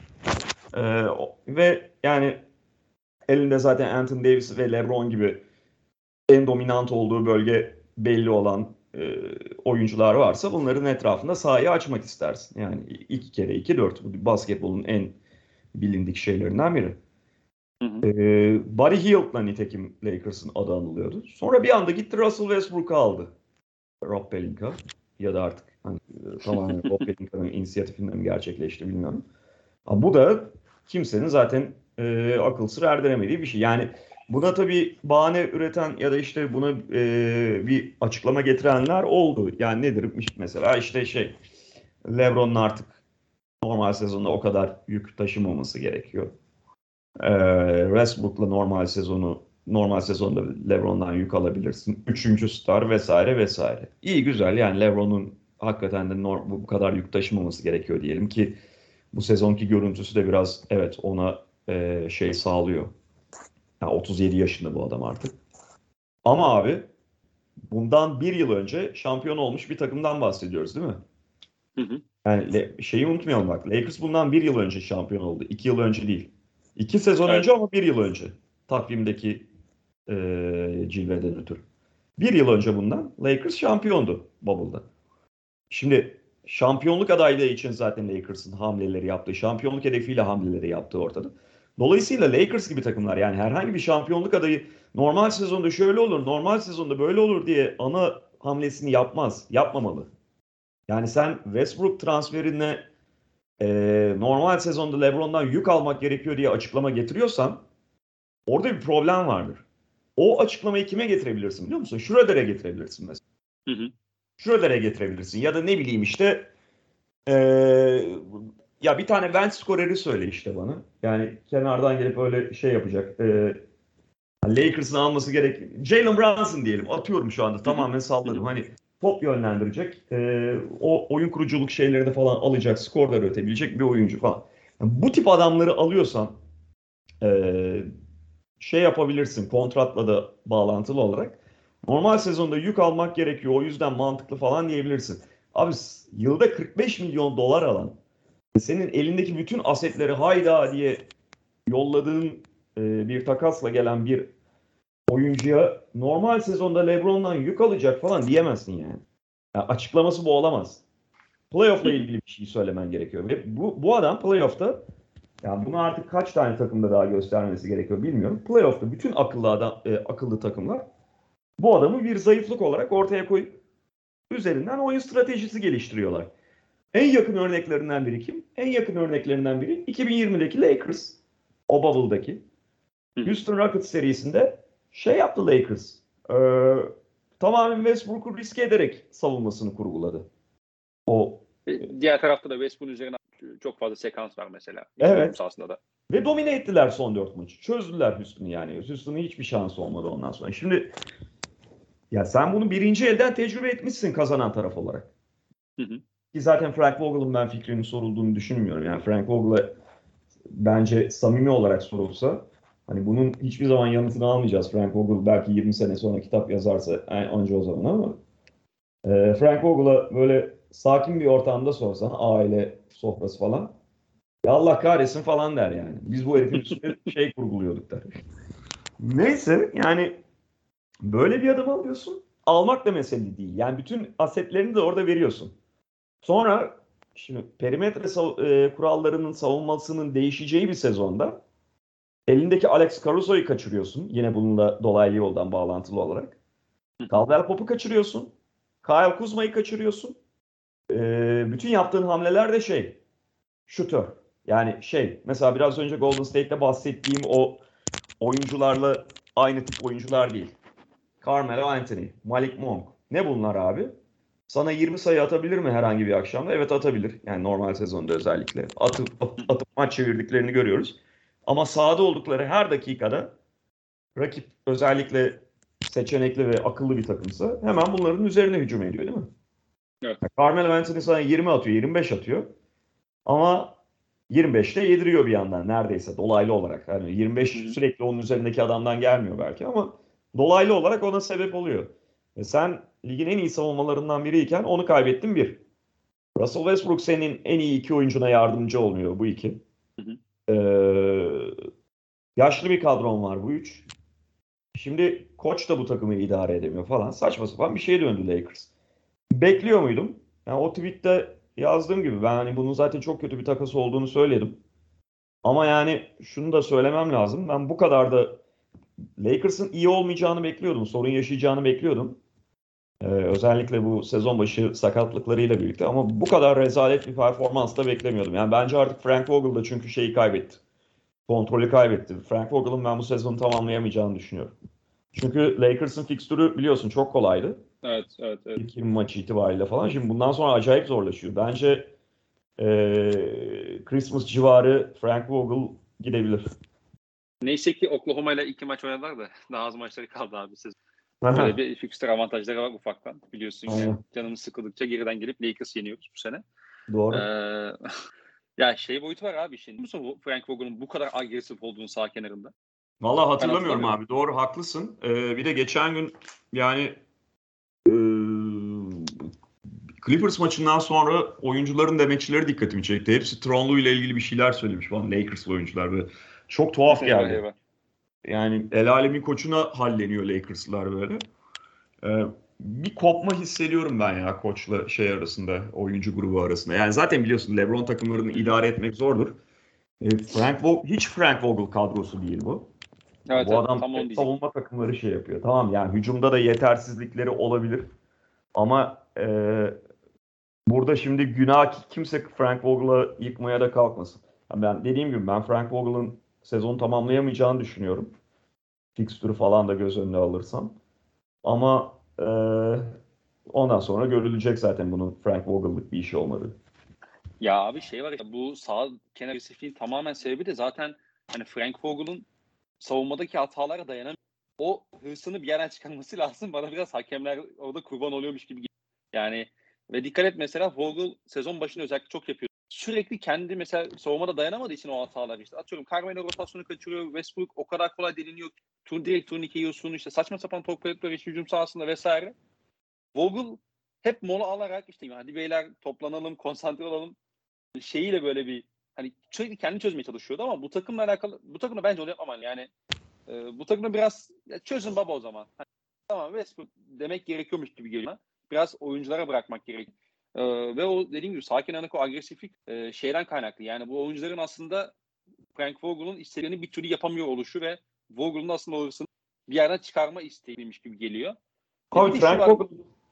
Ee, ve yani elinde zaten Anthony Davis ve LeBron gibi en dominant olduğu bölge belli olan e, oyuncular varsa bunların etrafında sahayı açmak istersin. Yani iki kere iki dört basketbolun en bilindik şeylerinden biri. Hı hı. E, Buddy Hield'la nitekim Lakers'ın adı anılıyordu. Sonra bir anda gitti Russell Westbrook'u aldı. Rob Pelinka ya da artık hani, tamamen Rob Pelinka'nın inisiyatifinden gerçekleşti bilmiyorum. Ama bu da kimsenin zaten e, akıl sır erdiremediği bir şey. Yani buna tabii bahane üreten ya da işte buna e, bir açıklama getirenler oldu. Yani nedir? Mesela işte şey LeBron'un artık normal sezonda o kadar yük taşımaması gerekiyor. E, Westbrook'la normal sezonu normal sezonda LeBron'dan yük alabilirsin. Üçüncü star vesaire vesaire. İyi güzel yani LeBron'un hakikaten de norm- bu kadar yük taşımaması gerekiyor diyelim ki bu sezonki görüntüsü de biraz evet ona e, şey sağlıyor. Yani otuz yedi yaşında bu adam artık. Ama abi bundan bir yıl önce şampiyon olmuş bir takımdan bahsediyoruz değil mi? Hı hı. Yani şeyi unutmayalım bak. Lakers bundan bir yıl önce şampiyon oldu. İki yıl önce değil. İki sezon evet. önce ama bir yıl önce. Takvimdeki e, cilveden ötürü. Bir yıl önce bundan Lakers şampiyondu Bubble'da. Şimdi şampiyonluk adaylığı için zaten Lakers'ın hamleleri yaptığı, şampiyonluk hedefiyle hamleleri yaptığı ortada. Dolayısıyla Lakers gibi takımlar yani herhangi bir şampiyonluk adayı normal sezonda şöyle olur, normal sezonda böyle olur diye ana hamlesini yapmaz, yapmamalı. Yani sen Westbrook transferine e, normal sezonda LeBron'dan yük almak gerekiyor diye açıklama getiriyorsan orada bir problem vardır. O açıklamayı kime getirebilirsin biliyor musun? Schroeder'e getirebilirsin mesela. Hı hı. Schroeder'e getirebilirsin ya da ne bileyim işte ee, ya bir tane bench skoreri söyle işte bana. Yani kenardan gelip öyle şey yapacak. Ee, Lakers'ın alması gerek. Jalen Brunson diyelim. Atıyorum şu anda. Tamamen salladım. Hani top yönlendirecek. E, o oyun kuruculuk şeyleri de falan alacak. Skorları ötebilecek bir oyuncu falan. Yani bu tip adamları alıyorsan e, şey yapabilirsin. Kontratla da bağlantılı olarak. Normal sezonda yük almak gerekiyor. O yüzden mantıklı falan diyebilirsin. Abi yılda kırk beş milyon dolar alan senin elindeki bütün asetleri hayda diye yolladığın e, bir takasla gelen bir oyuncuya normal sezonda LeBron'dan yük alacak falan diyemezsin yani. Yani açıklaması bu olamaz. Playoff'la ilgili bir şey söylemen gerekiyor. Ve bu, bu adam playoff'ta yani bunu artık kaç tane takımda daha göstermesi gerekiyor bilmiyorum. Playoff'ta bütün akıllı adam, e, akıllı takımlar bu adamı bir zayıflık olarak ortaya koyup üzerinden oyun stratejisi geliştiriyorlar. En yakın örneklerinden biri kim? En yakın örneklerinden biri iki bin yirmideki Lakers. O Bubble'daki. Houston Rockets serisinde şey yaptı Lakers. E, tamamen Westbrook'u riske ederek savunmasını kurguladı. O diğer tarafta da Westbrook'un üzerine çok fazla sekans var mesela. Evet. Aslında da. Ve domine ettiler son dört maçı. Çözdüler Houston'u yani. Houston'un hiçbir şansı olmadı ondan sonra. Şimdi ya sen bunu birinci elden tecrübe etmişsin kazanan taraf olarak. Hı hı. Ki zaten Frank Vogel'ın ben fikrinin sorulduğunu düşünmüyorum. Yani Frank Vogel'a bence samimi olarak sorulsa hani bunun hiçbir zaman yanıtını almayacağız. Frank Vogel belki yirmi sene sonra kitap yazarsa anca o zaman ama e, Frank Vogel'a böyle sakin bir ortamda sorsan aile sofrası falan ya Allah kahretsin falan der yani. Biz bu herifin üstüne şey kurguluyorduk der. Neyse yani böyle bir adam alıyorsun almak da mesele değil. Yani bütün asetlerini de orada veriyorsun. Sonra şimdi perimetre sav- e, kurallarının savunmasının değişeceği bir sezonda elindeki Alex Caruso'yu kaçırıyorsun. Yine bununla dolaylı yoldan bağlantılı olarak. Caldwell Pope'u kaçırıyorsun. Kyle Kuzma'yı kaçırıyorsun. Ee, bütün yaptığın hamleler de şey, şutör. Yani şey, mesela biraz önce Golden State'te bahsettiğim o oyuncularla aynı tip oyuncular değil. Carmelo Anthony, Malik Monk. Ne bunlar abi? Sana yirmi sayı atabilir mi herhangi bir akşamda? Evet atabilir. Yani normal sezonda özellikle. Atıp, atıp maç çevirdiklerini görüyoruz. Ama sahada oldukları her dakikada rakip özellikle seçenekli ve akıllı bir takımsa hemen bunların üzerine hücum ediyor değil mi? Evet. Carmelo Anthony sana yirmi atıyor, yirmi beş atıyor. Ama yirmi beşte yediriyor bir yandan neredeyse dolaylı olarak. Yani yirmi beş Hı hı. sürekli onun üzerindeki adamdan gelmiyor belki ama dolaylı olarak ona sebep oluyor. Ve sen ligin en iyi savunmalarından biriyken onu kaybettin bir. Russell Westbrook senin en iyi iki oyuncuna yardımcı olmuyor bu iki. Hı hı. Ee, yaşlı bir kadron var bu üç. Şimdi koç da bu takımı idare edemiyor falan. Saçma sapan bir şeye döndü Lakers. Bekliyor muydum? Yani o tweette yazdığım gibi ben hani bunun zaten çok kötü bir takas olduğunu söyledim. Ama yani şunu da söylemem lazım. Ben bu kadar da Lakers'ın iyi olmayacağını bekliyordum. Sorun yaşayacağını bekliyordum. Ee, özellikle bu sezon başı sakatlıklarıyla birlikte. Ama bu kadar rezalet bir performans da beklemiyordum. Yani bence artık Frank Vogel da çünkü şeyi kaybetti. Kontrolü kaybetti. Frank Vogel'ın ben bu sezonu tamamlayamayacağını düşünüyorum. Çünkü Lakers'ın fikstürü biliyorsun çok kolaydı. Evet, evet, evet. İlk yirmi maçı itibariyle falan. Şimdi bundan sonra acayip zorlaşıyor. Bence ee, Christmas civarı Frank Vogel gidebilir. Neyse ki Oklahoma ile iki maç oynadılar da daha az maçları kaldı abi sezon. Böyle bir fixture avantajları var ufaktan. Biliyorsun yine Aynen. canımız sıkıldıkça geriden gelip Lakers yeniyoruz bu sene. Doğru. Ee, ya şey boyutu var abi şimdi. Musun bu Frank Vogel'ın bu kadar agresif olduğunu sağ kenarında? Vallahi Ben hatırlamıyorum hatırlamıyorum. abi. Doğru haklısın. Ee, bir de geçen gün yani e, Clippers maçından sonra oyuncuların demeçleri dikkatimi çekti. Hepsi Tronlu ile ilgili bir şeyler söylemiş falan. Lakers'lı oyuncular böyle. Çok tuhaf Eyvah geldi. eyvah. Yani el alemin koçuna halleniyor Lakers'lılar böyle. Ee, bir kopma hissediyorum ben ya koçla şey arasında, oyuncu grubu arasında. Yani zaten biliyorsun LeBron takımlarını Hı hı. idare etmek zordur. E, Frank Vogel, hiç Frank Vogel kadrosu değil bu. Ya Evet bu evet adam tam onu hep diyecek. savunma takımları şey yapıyor. Tamam yani hücumda da yetersizlikleri olabilir. Ama e, burada şimdi günah kimse Frank Vogel'ı yıkmaya da kalkmasın. Ya ben dediğim gibi ben Frank Vogel'ın sezonu tamamlayamayacağını düşünüyorum. Fikstürü falan da göz önüne alırsam. Ama e, ondan sonra görülecek zaten bunun Frank Vogel'lık bir işi olmadığı. Ya abi şey var ya bu sağ kenar agresifliğin tamamen sebebi de zaten hani Frank Vogel'ın savunmadaki hatalara dayanamıyor. O hırsını bir yerden çıkarması lazım. Bana biraz hakemler orada kurban oluyormuş gibi geliyor. Yani ve dikkat et mesela Vogel sezon başında özellikle çok yapıyor. Sürekli kendi mesela savunmada dayanamadığı için o hatalar işte. Atıyorum Carmelo rotasyonu kaçırıyor. Westbrook o kadar kolay deliniyor. Tur direkt turnike yiyorsun işte saçma sapan top kayıpları iç hücum sahasında vesaire. Vogel hep mola alarak işte hadi beyler toplanalım, konsantre olalım şeyiyle böyle bir hani sürekli kendi çözmeye çalışıyordu ama bu takımla alakalı bu takımda bence onu yapmaman yani e, bu takımda biraz ya çözün baba o zaman. Hani, tamam Westbrook demek gerekiyormuş gibi geliyor. Biraz oyunculara bırakmak gerek. E, ve o dediğim gibi sakin anlık o agresiflik e, şeyden kaynaklı. Yani bu oyuncuların aslında Frank Vogel'ın istediğini bir türlü yapamıyor oluşu ve Vogel'ın aslında olursun bir yerden çıkarma isteğiymiş gibi geliyor. Ve bir Abi de şu Frank var. Vogel,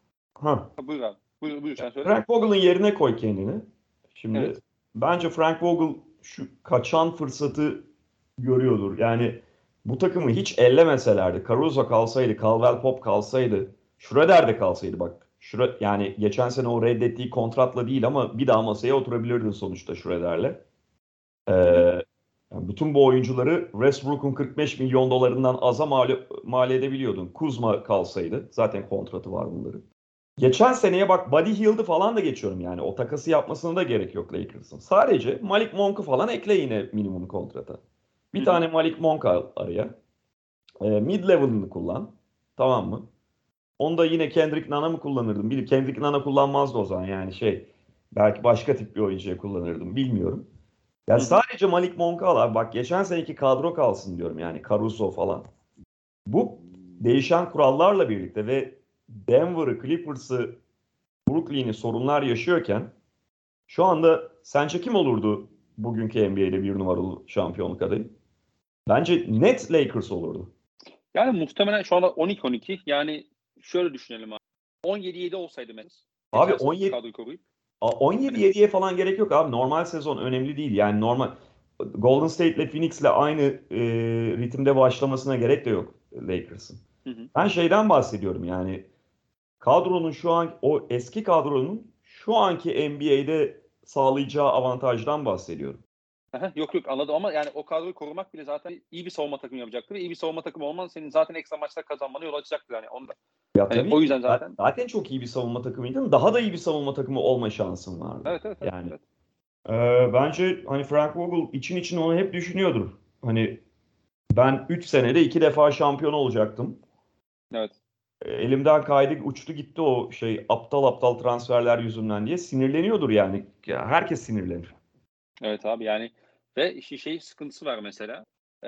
ha, Ha, buyur abi. Buyur, buyur sen söyle. Frank Vogel'ın yerine koy kendini. Şimdi Evet. bence Frank Vogel şu kaçan fırsatı görüyordur. Yani bu takımı hiç ellemeselerdi, Caruso kalsaydı, Caldwell Pope kalsaydı, Schroeder de kalsaydı bak. Şura, yani geçen sene o reddettiği kontratla değil ama bir daha masaya oturabilirdin sonuçta Schroeder'le. Ee, Hı hı. yani bütün bu oyuncuları Westbrook'un kırk beş milyon dolarından aza mal, mal edebiliyordun. Kuzma kalsaydı. Zaten kontratı var bunların. Geçen seneye bak Buddy Hield'ı falan da geçiyorum yani. O takası yapmasına da gerek yok Lakers'ın. Sadece Malik Monk'u falan ekle yine minimum kontrata. Hı Bir hı. tane Malik Monk al araya. Ee, mid-level'ını kullan. Tamam mı? Onu da yine Kendrick Nun'a mı kullanırdım? Bil Kendrick Nun'a kullanmazdı o zaman yani şey. Belki başka tip bir oyuncuya kullanırdım. Bilmiyorum. Ya Hı hı. sadece Malik Monk'u al abi. Bak geçen seneki kadro kalsın diyorum yani. Caruso falan. Bu değişen kurallarla birlikte ve Denver'ı, Clippers'ı, Brooklyn'i sorunlar yaşıyorken şu anda sence kim olurdu bugünkü N B A'de bir numaralı şampiyonluk adayı? Bence net Lakers olurdu. Yani muhtemelen şu anda on iki on iki. Yani şöyle düşünelim abi. on yedi yedi olsaydı mesela. Abi Geçen on yedi kadroyu koruyup. on yedi yediye falan gerek yok abi. Normal sezon önemli değil. Yani normal Golden State ile Phoenix ile aynı e, ritimde başlamasına gerek de yok Lakers'ın. Hı hı. Ben şeyden bahsediyorum yani kadronun şu an o eski kadronun şu anki N B A'de sağlayacağı avantajdan bahsediyorum. Aha, yok yok anladım ama yani o kadroyu korumak bile zaten iyi bir savunma takımı yapacaktı ve iyi bir savunma takımı olman senin zaten ekstra maçlar kazanmana yol açacaktı yani onu da. Ya Hani tabii o ki yüzden zaten. zaten çok iyi bir savunma takımıydın. Daha da iyi bir savunma takımı olma şansın vardı. Evet evet evet. Yani evet. e, bence hani Frank Vogel için için onu hep düşünüyordur. Hani ben üç senede iki defa şampiyon olacaktım. Evet. E, Elimden kaydı uçtu gitti o şey aptal aptal transferler yüzünden diye sinirleniyordur yani. Ya herkes sinirlenir. Evet abi yani ve işin şey sıkıntısı var mesela. Ee,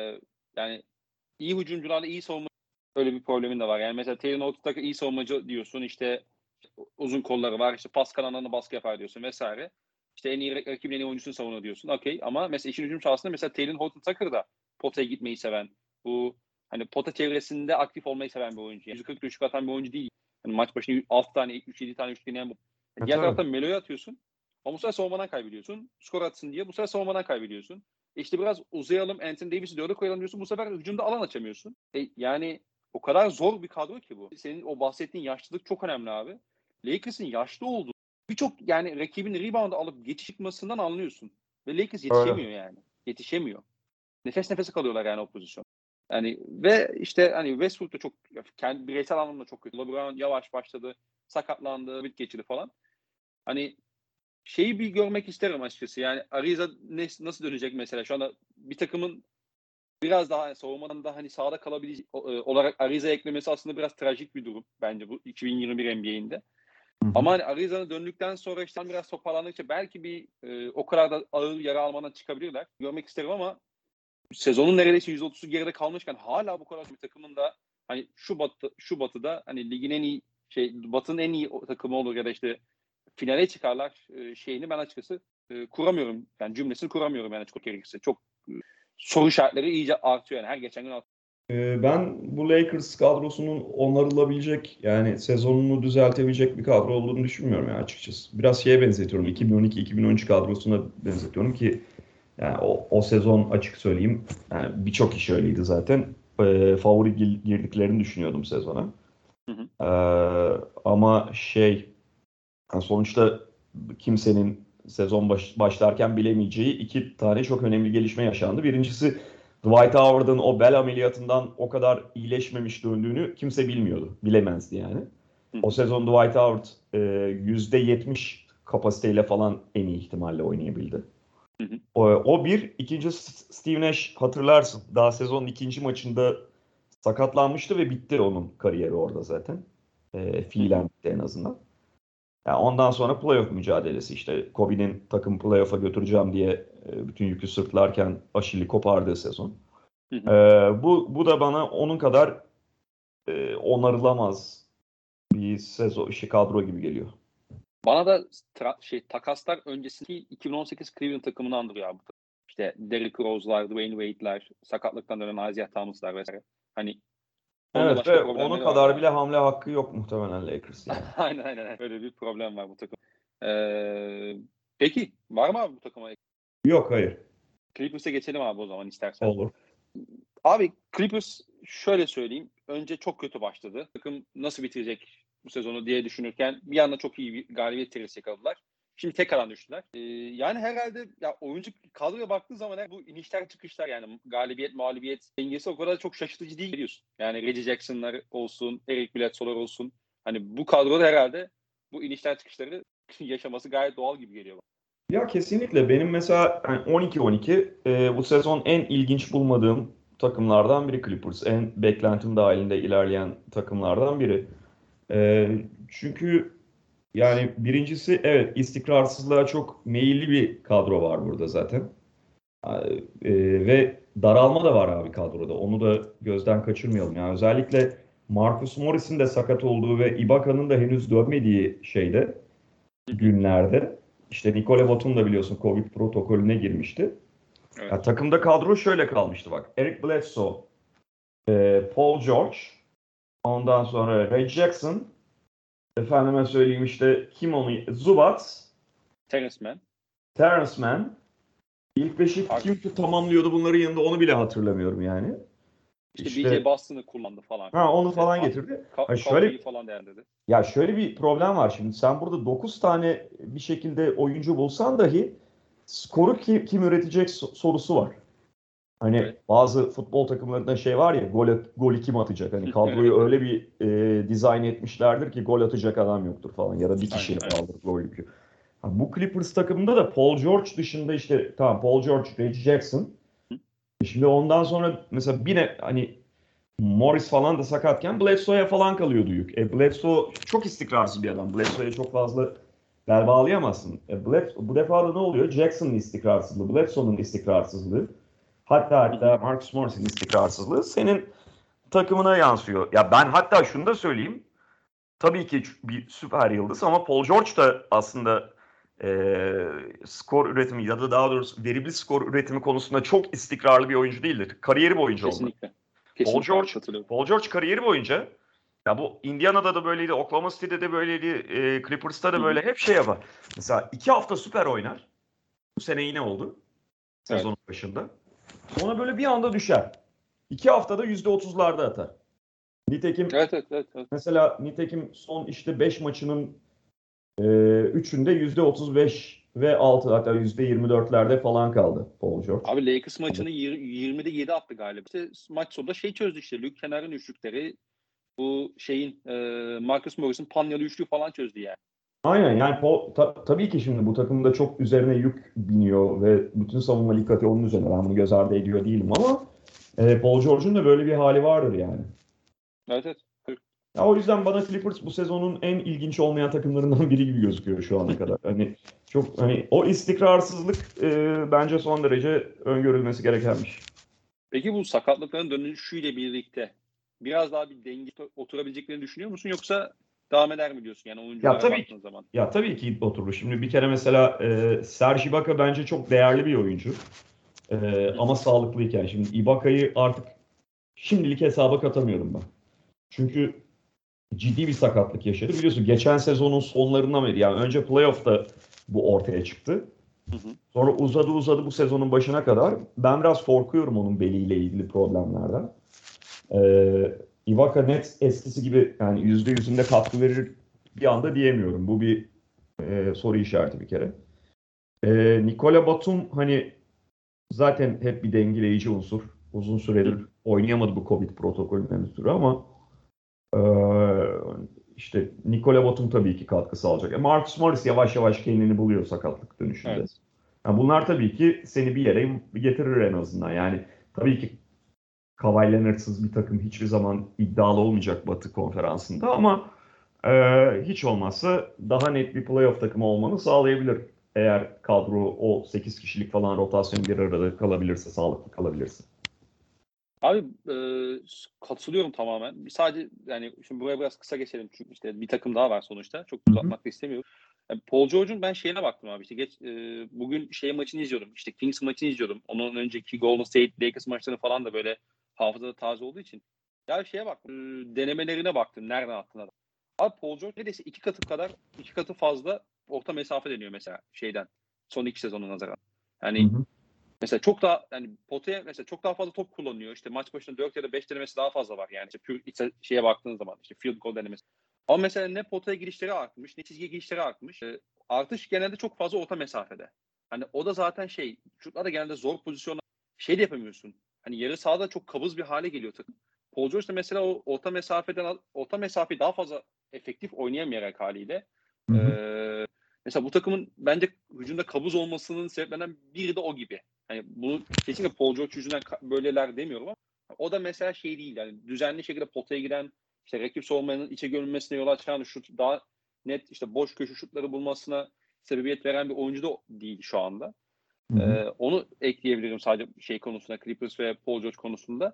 yani iyi hücumcularla iyi savunma öyle bir problemin de var. Yani mesela Taylor Horton'daki iyi savunmacı diyorsun işte uzun kolları var işte pas kanallarına baskı yapar diyorsun vesaire. İşte en iyi rakibin en iyi oyuncusunu savunuyor diyorsun. Okey ama mesela işin hücum sahasında mesela Taylor Horton Tucker da potaya gitmeyi seven. Bu hani pota çevresinde aktif olmayı seven bir oyuncu. Yani yüz kırk üçlük atan bir oyuncu değil. Hani maç başına altı tane üç yedi tane üçlük deneyen bu. E, Diğer tabii. taraftan Melo'yu atıyorsun. Ama bu sefer savunmadan kaybediyorsun. Skor atsın diye bu sefer savunmadan kaybediyorsun. İşte biraz uzayalım, Anthony Davis'i dörde koyalım diyorsun. Bu sefer hücumda alan açamıyorsun. E, yani o kadar zor bir kadro ki bu. Senin o bahsettiğin yaşlılık çok önemli abi. Lakers'ın yaşlı olduğu birçok yani rakibin rebound'ı alıp geçiş çıkmasından anlıyorsun. Ve Lakers Öyle. yetişemiyor yani. Yetişemiyor. Nefes nefese kalıyorlar yani o pozisyon. Yani ve işte hani Westbrook da çok kendi bireysel anlamda çok kötü. LeBron yavaş başladı, sakatlandı, bit geçirdi falan. Hani şeyi bir görmek isterim açıkçası. Yani Ariza ne, nasıl dönecek mesela? Şu anda bir takımın biraz daha savunmadan da hani sahada kalabilecek olarak Ariza eklemesi aslında biraz trajik bir durum bence bu iki bin yirmi bir N B A'inde. Hı hı. Ama hani Ariza'nın döndükten sonra işte biraz toparlandıkça belki bir e, o kadar da ağır yara almadan çıkabilirler. Görmek isterim ama sezonun neredeyse yüzde otuzu geride kalmışken hala bu kadar bir takımın da hani şu batı şu batıda hani ligin en iyi şey batının en iyi takımı olur ya da işte finale çıkarlar e, şeyini ben açıkçası e, kuramıyorum. Yani cümlesini kuramıyorum yani çok gerekirse. Çok e, soru işaretleri iyice artıyor yani her geçen gün artıyor. Ee, Ben bu Lakers kadrosunun onarılabilecek yani sezonunu düzeltebilecek bir kadro olduğunu düşünmüyorum yani açıkçası. Biraz şeye benzetiyorum. iki bin on iki iki bin on üç kadrosuna benzetiyorum ki yani o, o sezon açık söyleyeyim yani birçok kişi öyleydi zaten. Ee, favori gir- girdiklerini düşünüyordum sezona. Hı hı. Ee, ama şey yani sonuçta kimsenin sezon baş, başlarken bilemeyeceği iki tane çok önemli gelişme yaşandı. Birincisi Dwight Howard'ın o bel ameliyatından o kadar iyileşmemiş döndüğünü kimse bilmiyordu. Bilemezdi yani. Hı O hı. sezon Dwight Howard e, yüzde yetmiş kapasiteyle falan en iyi ihtimalle oynayabildi. Hı hı. O, o bir. İkincisi Steve Nash hatırlarsın. Daha sezonun ikinci maçında sakatlanmıştı ve bitti onun kariyeri orada zaten. E, Hı hı. fiilen bitti en azından. Yani ondan sonra playoff mücadelesi işte Kobe'nin takım playoff'a götüreceğim diye e, bütün yükü sırtlarken Aşil'i kopardığı sezon. Hı E, hı. bu bu da bana onun kadar e, onarılamaz bir sezon şey kadro gibi geliyor. Bana da tra- şey takaslar öncesindeki iki bin on sekiz Cleveland takımını andırıyor abi. İşte Derrick Rose'lar, Dwayne Wade'ler, sakatlıktan dönen Isaiah Thomas'lar vesaire. Hani onun da Evet başka ve onun problemleri var kadar yani. bile hamle hakkı yok muhtemelen Lakers yani. Aynen aynen. Böyle bir problem var bu takım. Ee, peki var mı abi bu takıma? Yok hayır. Clippers'e geçelim abi o zaman istersen. Olur. Abi Clippers şöyle söyleyeyim. Önce çok kötü başladı. Takım nasıl bitirecek bu sezonu diye düşünürken bir anda çok iyi bir galibiyet serisi yakaladılar. Şimdi tekrardan düştüler. Ee, yani herhalde ya oyuncu kadroya baktığın zaman bu inişler çıkışlar yani galibiyet mağlubiyet dengesi o kadar çok şaşırtıcı değil biliyorsun. Yani Reggie Jackson'lar olsun, Eric Bledsoe'lar olsun. Hani bu kadroda herhalde bu inişler çıkışları yaşaması gayet doğal gibi geliyor bana. Ya kesinlikle benim mesela yani on iki on iki e, bu sezon en ilginç bulmadığım takımlardan biri Clippers. En beklentim dahilinde ilerleyen takımlardan biri. E, çünkü yani birincisi evet istikrarsızlığa çok meyilli bir kadro var burada zaten. E, ve daralma da var abi kadroda. Onu da gözden kaçırmayalım. Yani özellikle Marcus Morris'in de sakat olduğu ve Ibaka'nın da henüz dönmediği şeyde günlerde işte Nikola Batum da biliyorsun Covid protokolüne girmişti. Evet. Ya, takımda kadro şöyle kalmıştı bak. Eric Bledsoe, e, Paul George, ondan sonra Ray Jackson, efendime söyleyeyim işte kim onu? Zubac, Terence Mann. Terrence Mann. İlk beşi kim ki tamamlıyordu bunların yanında onu bile hatırlamıyorum yani. İşte, İşte B J Boston'ı kullandı falan. ha, onu İşte, falan getirdi. Ka- Ha, şöyle Kawhi'yi falan değerlendirdi. ya şöyle bir problem var şimdi. Sen burada dokuz tane bir şekilde oyuncu bulsan dahi skoru kim, kim üretecek so- sorusu var. Hani Evet. bazı futbol takımlarında şey var ya gol golü kim atacak? Hani kadroyu öyle bir e, dizayn etmişlerdir ki gol atacak adam yoktur falan ya da bir kişiyle Aynen, evet. kaldır gol yükü. Ha, bu Clippers takımında da Paul George dışında işte tamam Paul George, Reggie Jackson. Şimdi ondan sonra mesela yine hani Morris falan da sakatken Bledsoe'ya falan kalıyordu yük. E, Bledsoe çok istikrarsız bir adam. Bledsoe'ya çok fazla bel bağlayamazsın. E, Bledsoe, bu defa da ne oluyor? Jackson'ın istikrarsızlığı, Bledsoe'nun istikrarsızlığı. Hatta hatta Marcus Morris'in istikrarsızlığı senin takımına yansıyor. Ya ben hatta şunu da söyleyeyim. Tabii ki bir süper yıldız ama Paul George da aslında e, skor üretimi ya da daha doğrusu verimli skor üretimi konusunda çok istikrarlı bir oyuncu değildir. Kariyeri boyunca olmadı. Kesinlikle. Paul Kesinlikle George, katılıyorum. Paul George kariyeri boyunca ya bu Indiana'da da böyleydi, Oklahoma City'de de böyleydi, e, Clippers'ta da Hı hı. böyle hep şey yapar. Mesela iki hafta süper oynar. Bu sene yine oldu. Evet. Sezonun başında. Sonra böyle bir anda düşer. İki haftada yüzde otuzlarda atar. Nitekim Evet, evet, evet, evet. mesela nitekim son işte beş maçının e, üçünde yüzde otuz beş ve altı hatta yüzde yirmi dörtlerde falan kaldı Paul George. Abi Lakers maçını yir- yirmide yedi attı galiba. İşte maç sonunda şey çözdü işte. Luke Kennard'ın üçlükleri, bu şeyin e, Marcus Morris'in Panyalı üçlüğü falan çözdü yani. Aynen yani Paul, ta- tabii ki şimdi bu takımda çok üzerine yük biniyor ve bütün savunma dikkati onun üzerine. Ben bunu göz ardı ediyor değilim ama e, Paul George'un da böyle bir hali vardır yani. Evet, evet. Ya o yüzden bana Clippers bu sezonun en ilginç olmayan takımlarından biri gibi gözüküyor şu ana kadar. Hani çok hani o istikrarsızlık e, bence son derece öngörülmesi gerekenmiş. Peki bu sakatlıkların dönüşüyle birlikte biraz daha bir denge oturabileceklerini düşünüyor musun? Yoksa devam eder mi diyorsun yani Ya oyunculara tabii ki baktığın zaman? ya tabii ki oturur. Şimdi bir kere mesela e, Serge Ibaka bence çok değerli bir oyuncu. E, Hı ama hı. sağlıklıyken şimdi Ibaka'yı artık şimdilik hesaba katamıyorum ben. Çünkü ciddi bir sakatlık yaşadı. Biliyorsun geçen sezonun sonlarından beri yani önce playoff'ta bu ortaya çıktı. Hı hı. Sonra uzadı uzadı bu sezonun başına kadar. Ben biraz korkuyorum onun beliyle ilgili problemlerden. Ee, Ibaka net eskisi gibi yani yüzde yüzünde katkı verir bir anda diyemiyorum. Bu bir e, soru işareti bir kere. Ee, Nikola Batum hani zaten hep bir dengeleyici unsur. Uzun Hı süredir hı. oynayamadı bu Covid protokolünden ötürü ama Ee, işte Nikola Batum tabii ki katkı sağlayacak. E, Marcus Morris yavaş yavaş kendini buluyor sakatlık dönüşünde. Evet. Yani bunlar tabii ki seni bir yere getirir en azından. Yani tabii ki Kawhi Leonard'sız bir takım hiçbir zaman iddialı olmayacak Batı konferansında ama e, hiç olmazsa daha net bir playoff takımı olmanı sağlayabilir. Eğer kadro o sekiz kişilik falan rotasyon bir arada kalabilirse, sağlıklı kalabilirse. Abi e, katılıyorum tamamen. Sadece yani şimdi buraya biraz kısa geçelim çünkü işte bir takım daha var sonuçta. Çok Hı hı. uzatmak da istemiyorum. Yani Paul George'un ben şeyine baktım abi işte geç e, bugün şey maçını izliyordum. İşte Kings maçını izliyordum. Onun önceki Golden State Lakers maçlarını falan da böyle hafızada taze olduğu için. Ya şeye bak, e, denemelerine baktım. Nereden attığına da. Abi Paul George neredeyse iki katı kadar, iki katı fazla orta mesafe deniyor mesela şeyden. Son iki sezonun nazaran. Hı Yani hı. mesela çok daha yani potaya mesela çok daha fazla top kullanıyor. İşte maç başına dört ya da beş denemesi daha fazla var. Yani işte pure işte şeye baktığınız zaman işte field goal denemesi. Ama mesela ne potaya girişleri artmış, ne çizgiye girişleri artmış. Ee, artış genelde çok fazla orta mesafede. Hani o da zaten şey, şutlar da genelde zor pozisyonlar. Şey de yapamıyorsun. Hani yarı sahada çok kabız bir hale geliyor takım. Paul George da mesela o orta mesafeden orta mesafeyi daha fazla efektif oynayamayarak haliyle. Hı hı. Ee, mesela bu takımın bence hücumda kabız olmasının sebeplerinden biri de o gibi. Hani bunu kesinlikle Paul George yüzünden böyleler demiyorum ama o da mesela şey değil yani düzenli şekilde potaya giren işte rakip savunmanın içe gömülmesine yol açan şut daha net işte boş köşe şutları bulmasına sebebiyet veren bir oyuncu da değil şu anda. Hı hı. Ee, onu ekleyebilirim sadece şey konusunda Clippers ve Paul George konusunda.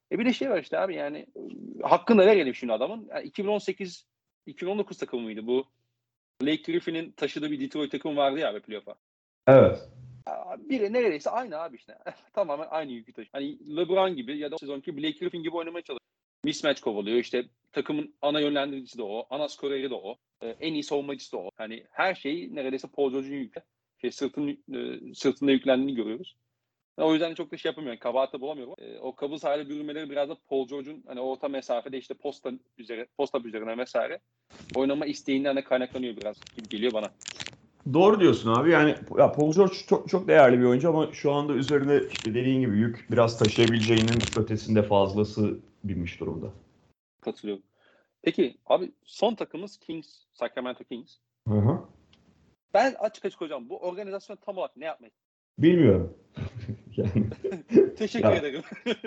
E bir de şey var işte abi yani hakkını verelim şimdi adamın. Yani iki bin on sekiz iki bin on dokuz takımı mıydı bu? Blake Griffin'in taşıdığı bir Detroit takım vardı ya abi playoff'a. Evet. Biri neredeyse aynı abi işte. Tamamen aynı yükü taşıyor. Hani LeBron gibi ya da o sezonki Blake Griffin gibi oynamaya çalışıyor. Mismatch kovalıyor. İşte takımın ana yönlendiricisi de o. Ana skoreri de o. Ee, en iyi savunmacısı da o. Hani her şeyi neredeyse Paul George'un yükle. Şey, sırtın, e, sırtında yüklendiğini görüyoruz. O yüzden çok da şey yapamıyorum. Kabahati bulamıyorum. E, o kabız hale bürünmeleri biraz da Paul George'un hani orta mesafede işte posta üzerine, posta üzerine vesaire oynama isteğinden de kaynaklanıyor biraz gibi geliyor bana. Doğru diyorsun abi. Yani ya Paul George çok çok değerli bir oyuncu ama şu anda üzerine işte dediğin gibi yük biraz taşıyabileceğinin ötesinde fazlası binmiş durumda. Katılıyorum. Peki abi son takımımız Kings, Sacramento Kings. Hı hı. Ben açık açık hocam bu organizasyon tam olarak ne yapmayı? Bilmiyorum. Yani Teşekkür ya, ederim.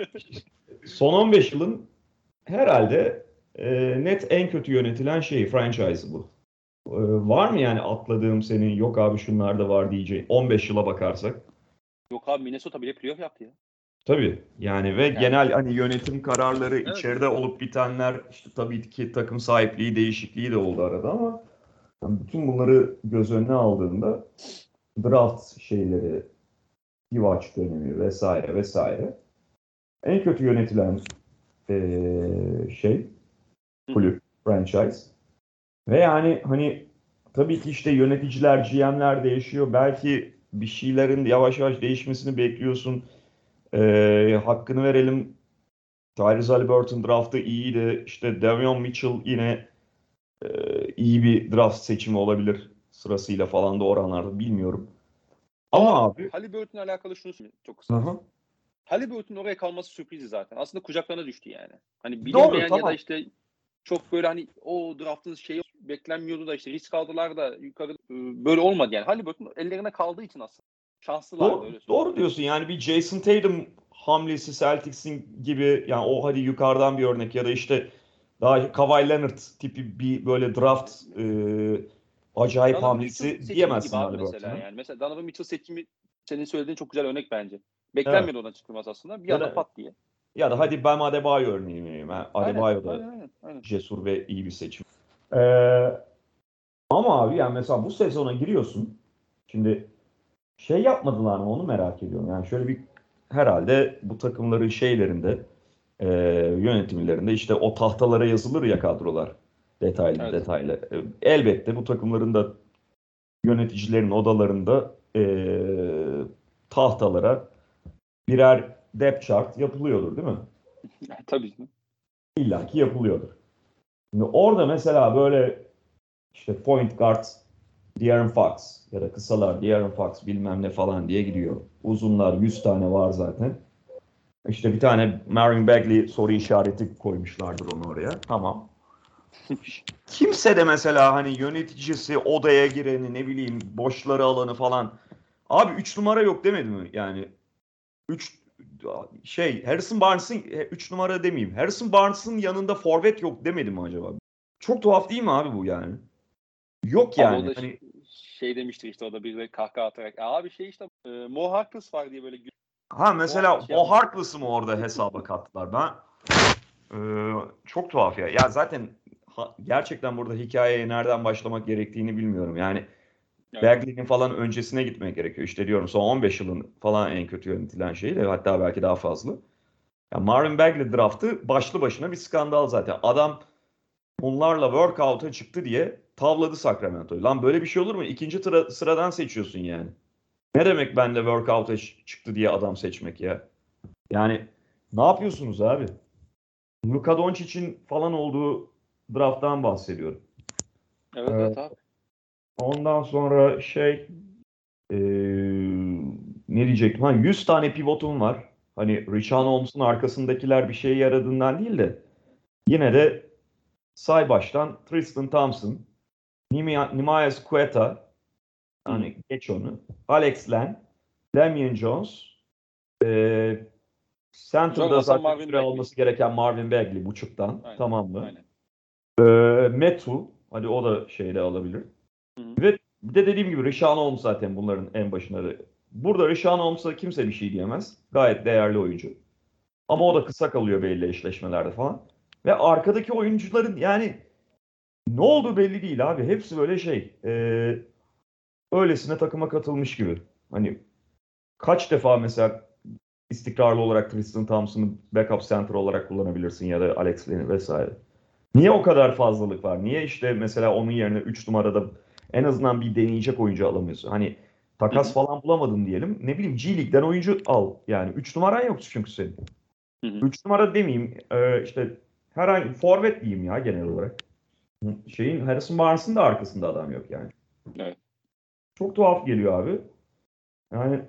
son on beş yılın herhalde e, net en kötü yönetilen şeyi, franchise bu. E, var mı yani atladığım senin yok abi şunlar da var diyeceğin on beş yıla bakarsak? Yok abi Minnesota bile playoff yaptı ya. Tabii yani ve Yani genel hani yönetim kararları evet. içeride olup bitenler işte tabii ki takım sahipliği değişikliği de oldu arada ama yani bütün bunları göz önüne aldığında draft şeyleri, Divac dönemi vesaire vesaire en kötü yönetilen eee, şey kulüp, franchise. Ve yani hani tabii ki işte yöneticiler, G M'ler değişiyor. Belki bir şeylerin yavaş yavaş değişmesini bekliyorsun. Eee, hakkını verelim. Tyrese Haliburton draftı iyiydi. İşte Davion Mitchell yine eee, iyi bir draft seçimi olabilir sırasıyla falan da oranlarda bilmiyorum. Ama Aa, abi Haliburton'la alakalı şunu söyleyeyim çok hı kısa. hı. Haliburton oraya kalması sürprizi zaten. Aslında kucaklarına düştü yani. Hani Doğru bilinmeyen ya da tamam. işte çok böyle hani o draftın şeyi beklenmiyordu da işte risk aldılar da yukarı böyle olmadı yani. Haliburton ellerine kaldığı için aslında şanslılardı Doğru, öyle söyleyeyim. doğru diyorsun. Yani bir Jason Tatum hamlesi Celtics'in gibi yani o hadi yukarıdan bir örnek ya da işte daha Kawhi Leonard tipi bir böyle draft e, acayip Donovan Mitchell hamlesi seçimi gibi diyemezsin abi mesela Haliburton'a. yani. Mesela Donovan Mitchell seçimi senin söylediğin çok güzel örnek bence. Evet. Beklenmiyordu ona çıkılması aslında. Bir Ya anda da pat diye. ya da hadi Bam Adebayo örneği vereyim. Yani Aynen. Adebayo da Aynen aynen. Aynen. cesur ve iyi bir seçim. Ee, ama abi yani mesela bu sezona giriyorsun. Şimdi şey yapmadılar mı onu merak ediyorum. Yani şöyle bir herhalde bu takımların şeylerinde e, yönetimlerinde işte o tahtalara yazılır ya kadrolar detaylı Evet. detaylı. E, elbette bu takımların da yöneticilerin odalarında e, tahtalara birer depth chart yapılıyordur değil mi? Tabii ki. İlla ki yapılıyordur. Şimdi orada mesela böyle işte point guard De'Aaron Fox ya da kısalar De'Aaron Fox bilmem ne falan diye gidiyor. Uzunlar yüz tane var zaten. İşte bir tane Marvin Bagley soru işareti koymuşlardır onu oraya. Tamam. Kimse de mesela hani yöneticisi odaya gireni ne bileyim boşları alanı falan. Abi üç numara yok demedi mi? Yani üç şey Harrison Barnes'ın üç numara demeyeyim. Harrison Barnes'ın yanında forvet yok demedi mi acaba? Çok tuhaf değil mi abi bu yani? Yok Abi o yani. da ş- Hani şey demiştir işte o da bir de kahkaha atarak. Abi şey işte e, Mo Harkless var diye böyle gü- ha o an mesela şey Mo yapmıştı. Harkless'ı mı orada hesaba kattılar? Ben Ee, çok tuhaf ya. Ya zaten ha- gerçekten burada hikayeye nereden başlamak gerektiğini bilmiyorum. Yani Evet. Bagley'nin falan öncesine gitmek gerekiyor. İşte diyorum son on beş yılın falan en kötü yönetilen şeyi de hatta belki daha fazla. Ya Marvin Bagley draftı başlı başına bir skandal zaten. Adam bunlarla workout'a çıktı diye tavladı Sacramento'yu. Lan böyle bir şey olur mu? İkinci tıra- sıradan seçiyorsun yani. Ne demek benle workout'a ç- çıktı diye adam seçmek ya? Yani ne yapıyorsunuz abi? Luka Doncic'in falan olduğu drafttan bahsediyorum. Evet Ee, evet abi. ondan sonra şey ee, ne diyecektim? Ha, yüz tane pivotum var. Hani Richaun Holmes'un arkasındakiler bir şeye yaradığından değil de yine de say baştan Tristan Thompson, Nimi- Nimias Queta, Hı. hani geç onu, Alex Len, Damian Jones, ee, Zor Center'da olmasa zaten Marvin süre Bagley. alması gereken Marvin Bagley buçuktan. Aynen. Tamam mı? Aynen. Ee, Metu. Hadi o da şeyde alabilir. Hı. Ve bir de dediğim gibi Richaun Holmes zaten bunların en başında. Burada Richaun Holmes'a kimse bir şey diyemez. Gayet değerli oyuncu. Ama o da kısa kalıyor belli eşleşmelerde falan. Ve arkadaki oyuncuların yani ne olduğu belli değil abi. Hepsi böyle şey e, öylesine takıma katılmış gibi. Hani kaç defa mesela istikrarlı olarak Tristan Thompson'ı backup center olarak kullanabilirsin ya da Alex Len'i vesaire. Niye o kadar fazlalık var? Niye işte mesela onun yerine üç numarada en azından bir deneyecek oyuncu alamıyorsun? Hani Hı takas hı. falan bulamadın diyelim. Ne bileyim G League'den oyuncu al. Yani üç numaran yok çünkü senin. Hı hı. üç numara demeyeyim e, işte herhangi forvet diyeyim ya genel olarak. Şeyin Harrison Barnes'ın da arkasında adam yok yani. Evet. Çok tuhaf geliyor abi. Yani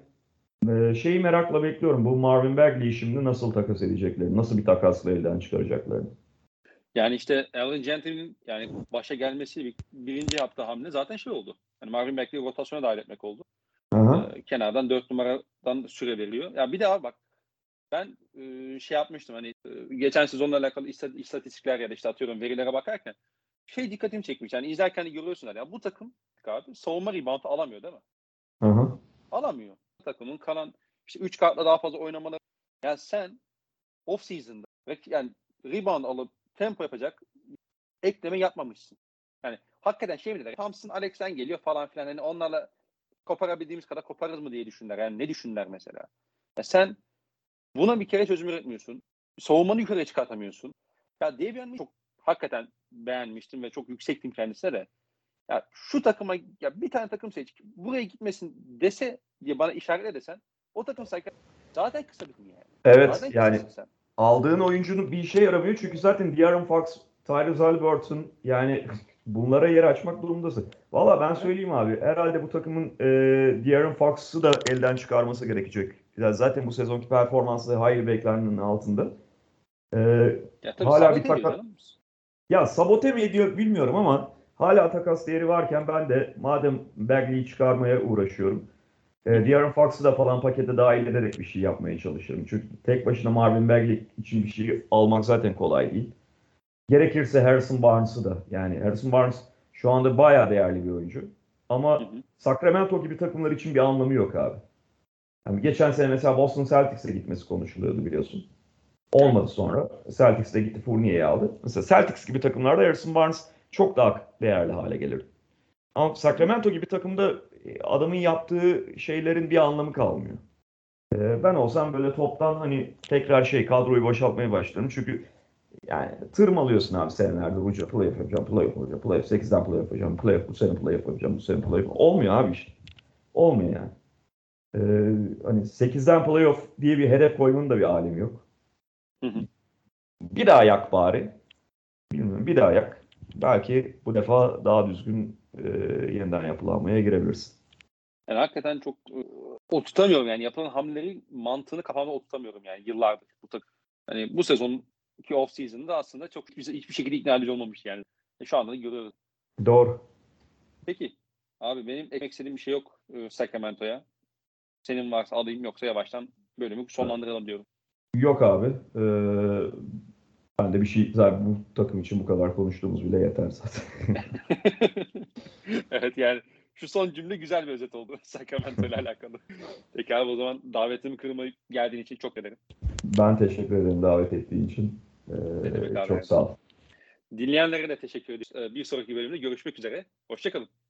e, şeyi merakla bekliyorum. Bu Marvin Bagley'i şimdi nasıl takas edeceklerini, nasıl bir takasla elden çıkaracaklarını. Yani işte Allen Gentry'nin yani başa gelmesi bir, birinci yaptığı hamle zaten şey oldu. Yani Marvin Bagley'i rotasyona dahil etmek oldu. Aha. Ee, kenardan dört numaradan süre veriliyor. Ya bir daha bak ben e, şey yapmıştım hani e, geçen sezonla alakalı istat- istatistikler ya da işte atıyorum verilere bakarken şey dikkatimi çekmiş. Yani izlerken de görüyorsunlar ya bu takım abi savunma reboundu alamıyor değil mi? Aha. Alamıyor. Takımın kalan işte üç kartla daha fazla oynamaları. Yani sen off season'da ve yani rebound alıp tempo yapacak ekleme yapmamışsın. Yani hakikaten şey mi dediler? Thompson, Alex'ten geliyor falan filan. Hani onlarla koparabildiğimiz kadar koparırız mı diye düşündüler. Yani ne düşündüler mesela? Ya sen buna bir kere çözüm üretmiyorsun. Savunmanı yukarıya çıkartamıyorsun. Ya Devian'ı çok hakikaten beğenmiştim ve çok yüksektim kendisine de. Ya şu takıma ya bir tane takım seç. Buraya gitmesin dese diye bana işaret edesen o takım zaten zaten kısa bir yani. Evet Zaten yani kısasın sen. aldığın oyuncunun bir işe yaramıyor çünkü zaten De'Aaron Fox, Tyrese Haliburton yani bunlara yer açmak durumundasın. Valla ben Evet. söyleyeyim abi herhalde bu takımın e, De'Aaron Fox'u da elden çıkarması gerekecek. Ya zaten bu sezonki performansı hayli beklenenin altında. E, Ya tabii hala bir sabote ediyor takas canım. ya sabote mi ediyor bilmiyorum ama hala takas değeri varken ben de madem Bagley'i çıkarmaya uğraşıyorum. E, Hı hı. De'Aaron Fox'u da falan pakete dahil ederek bir şey yapmaya çalışırım. Çünkü tek başına Marvin Bagley için bir şey almak zaten kolay değil. Gerekirse Harrison Barnes'ı da. Yani Harrison Barnes şu anda bayağı değerli bir oyuncu. Hı Ama hı. Sacramento gibi takımlar için bir anlamı yok abi. Yani geçen sene mesela Boston Celtics'e gitmesi konuşuluyordu biliyorsun. Evet. Olmadı sonra. Celtics de gitti Fournier'i aldı. Mesela Celtics gibi takımlarda Harrison Barnes çok daha değerli hale gelir. Ama Hı hı. Sacramento gibi takımda e, adamın yaptığı şeylerin bir anlamı kalmıyor. E, Ben olsam böyle toptan hani tekrar şey kadroyu boşaltmaya başlarım. Çünkü yani tırmalıyorsun abi senelerdir uca playoff yapacağım, playoff yapacağım, playoff sekizden playoff yapacağım, playoff bu sene playoff yapacağım, bu sene playoff. Olmuyor abi işte. Olmuyor yani. E, Hani sekizden playoff diye bir hedef koymanın da bir alemi yok. Hı hı. Bir daha yak bari. Bilmiyorum bir daha yak. Belki bu defa daha düzgün e, yeniden yapılanmaya girebilirsin. Yani hakikaten çok e, oturtamıyorum yani yapılan hamleleri mantığını kafama oturtamıyorum yani yıllardır. Bu takım. Hani bu sezonki off season'da aslında çok hiçbir, hiçbir şekilde ikna edici olmamış yani. E, şu anda da görüyoruz. Doğru. Peki. Abi benim eklemek istediğim bir şey yok e, Sacramento'ya. Senin varsa alayım yoksa yavaştan bölümü sonlandıralım diyorum. Yok abi. Ee, Ben de bir şey zaten bu takım için bu kadar konuştuğumuz bile yeter zaten. Evet yani şu son cümle güzel bir özet oldu Sacramento ile alakalı. Peki abi o zaman davetimi kırmayıp geldiğin için çok ederim. Ben teşekkür ederim davet ettiğin için. Ne demek Ee, abi çok her sağ zaman. ol. Dinleyenlere de teşekkür ediyoruz. Bir sonraki bölümde görüşmek üzere. Hoşçakalın.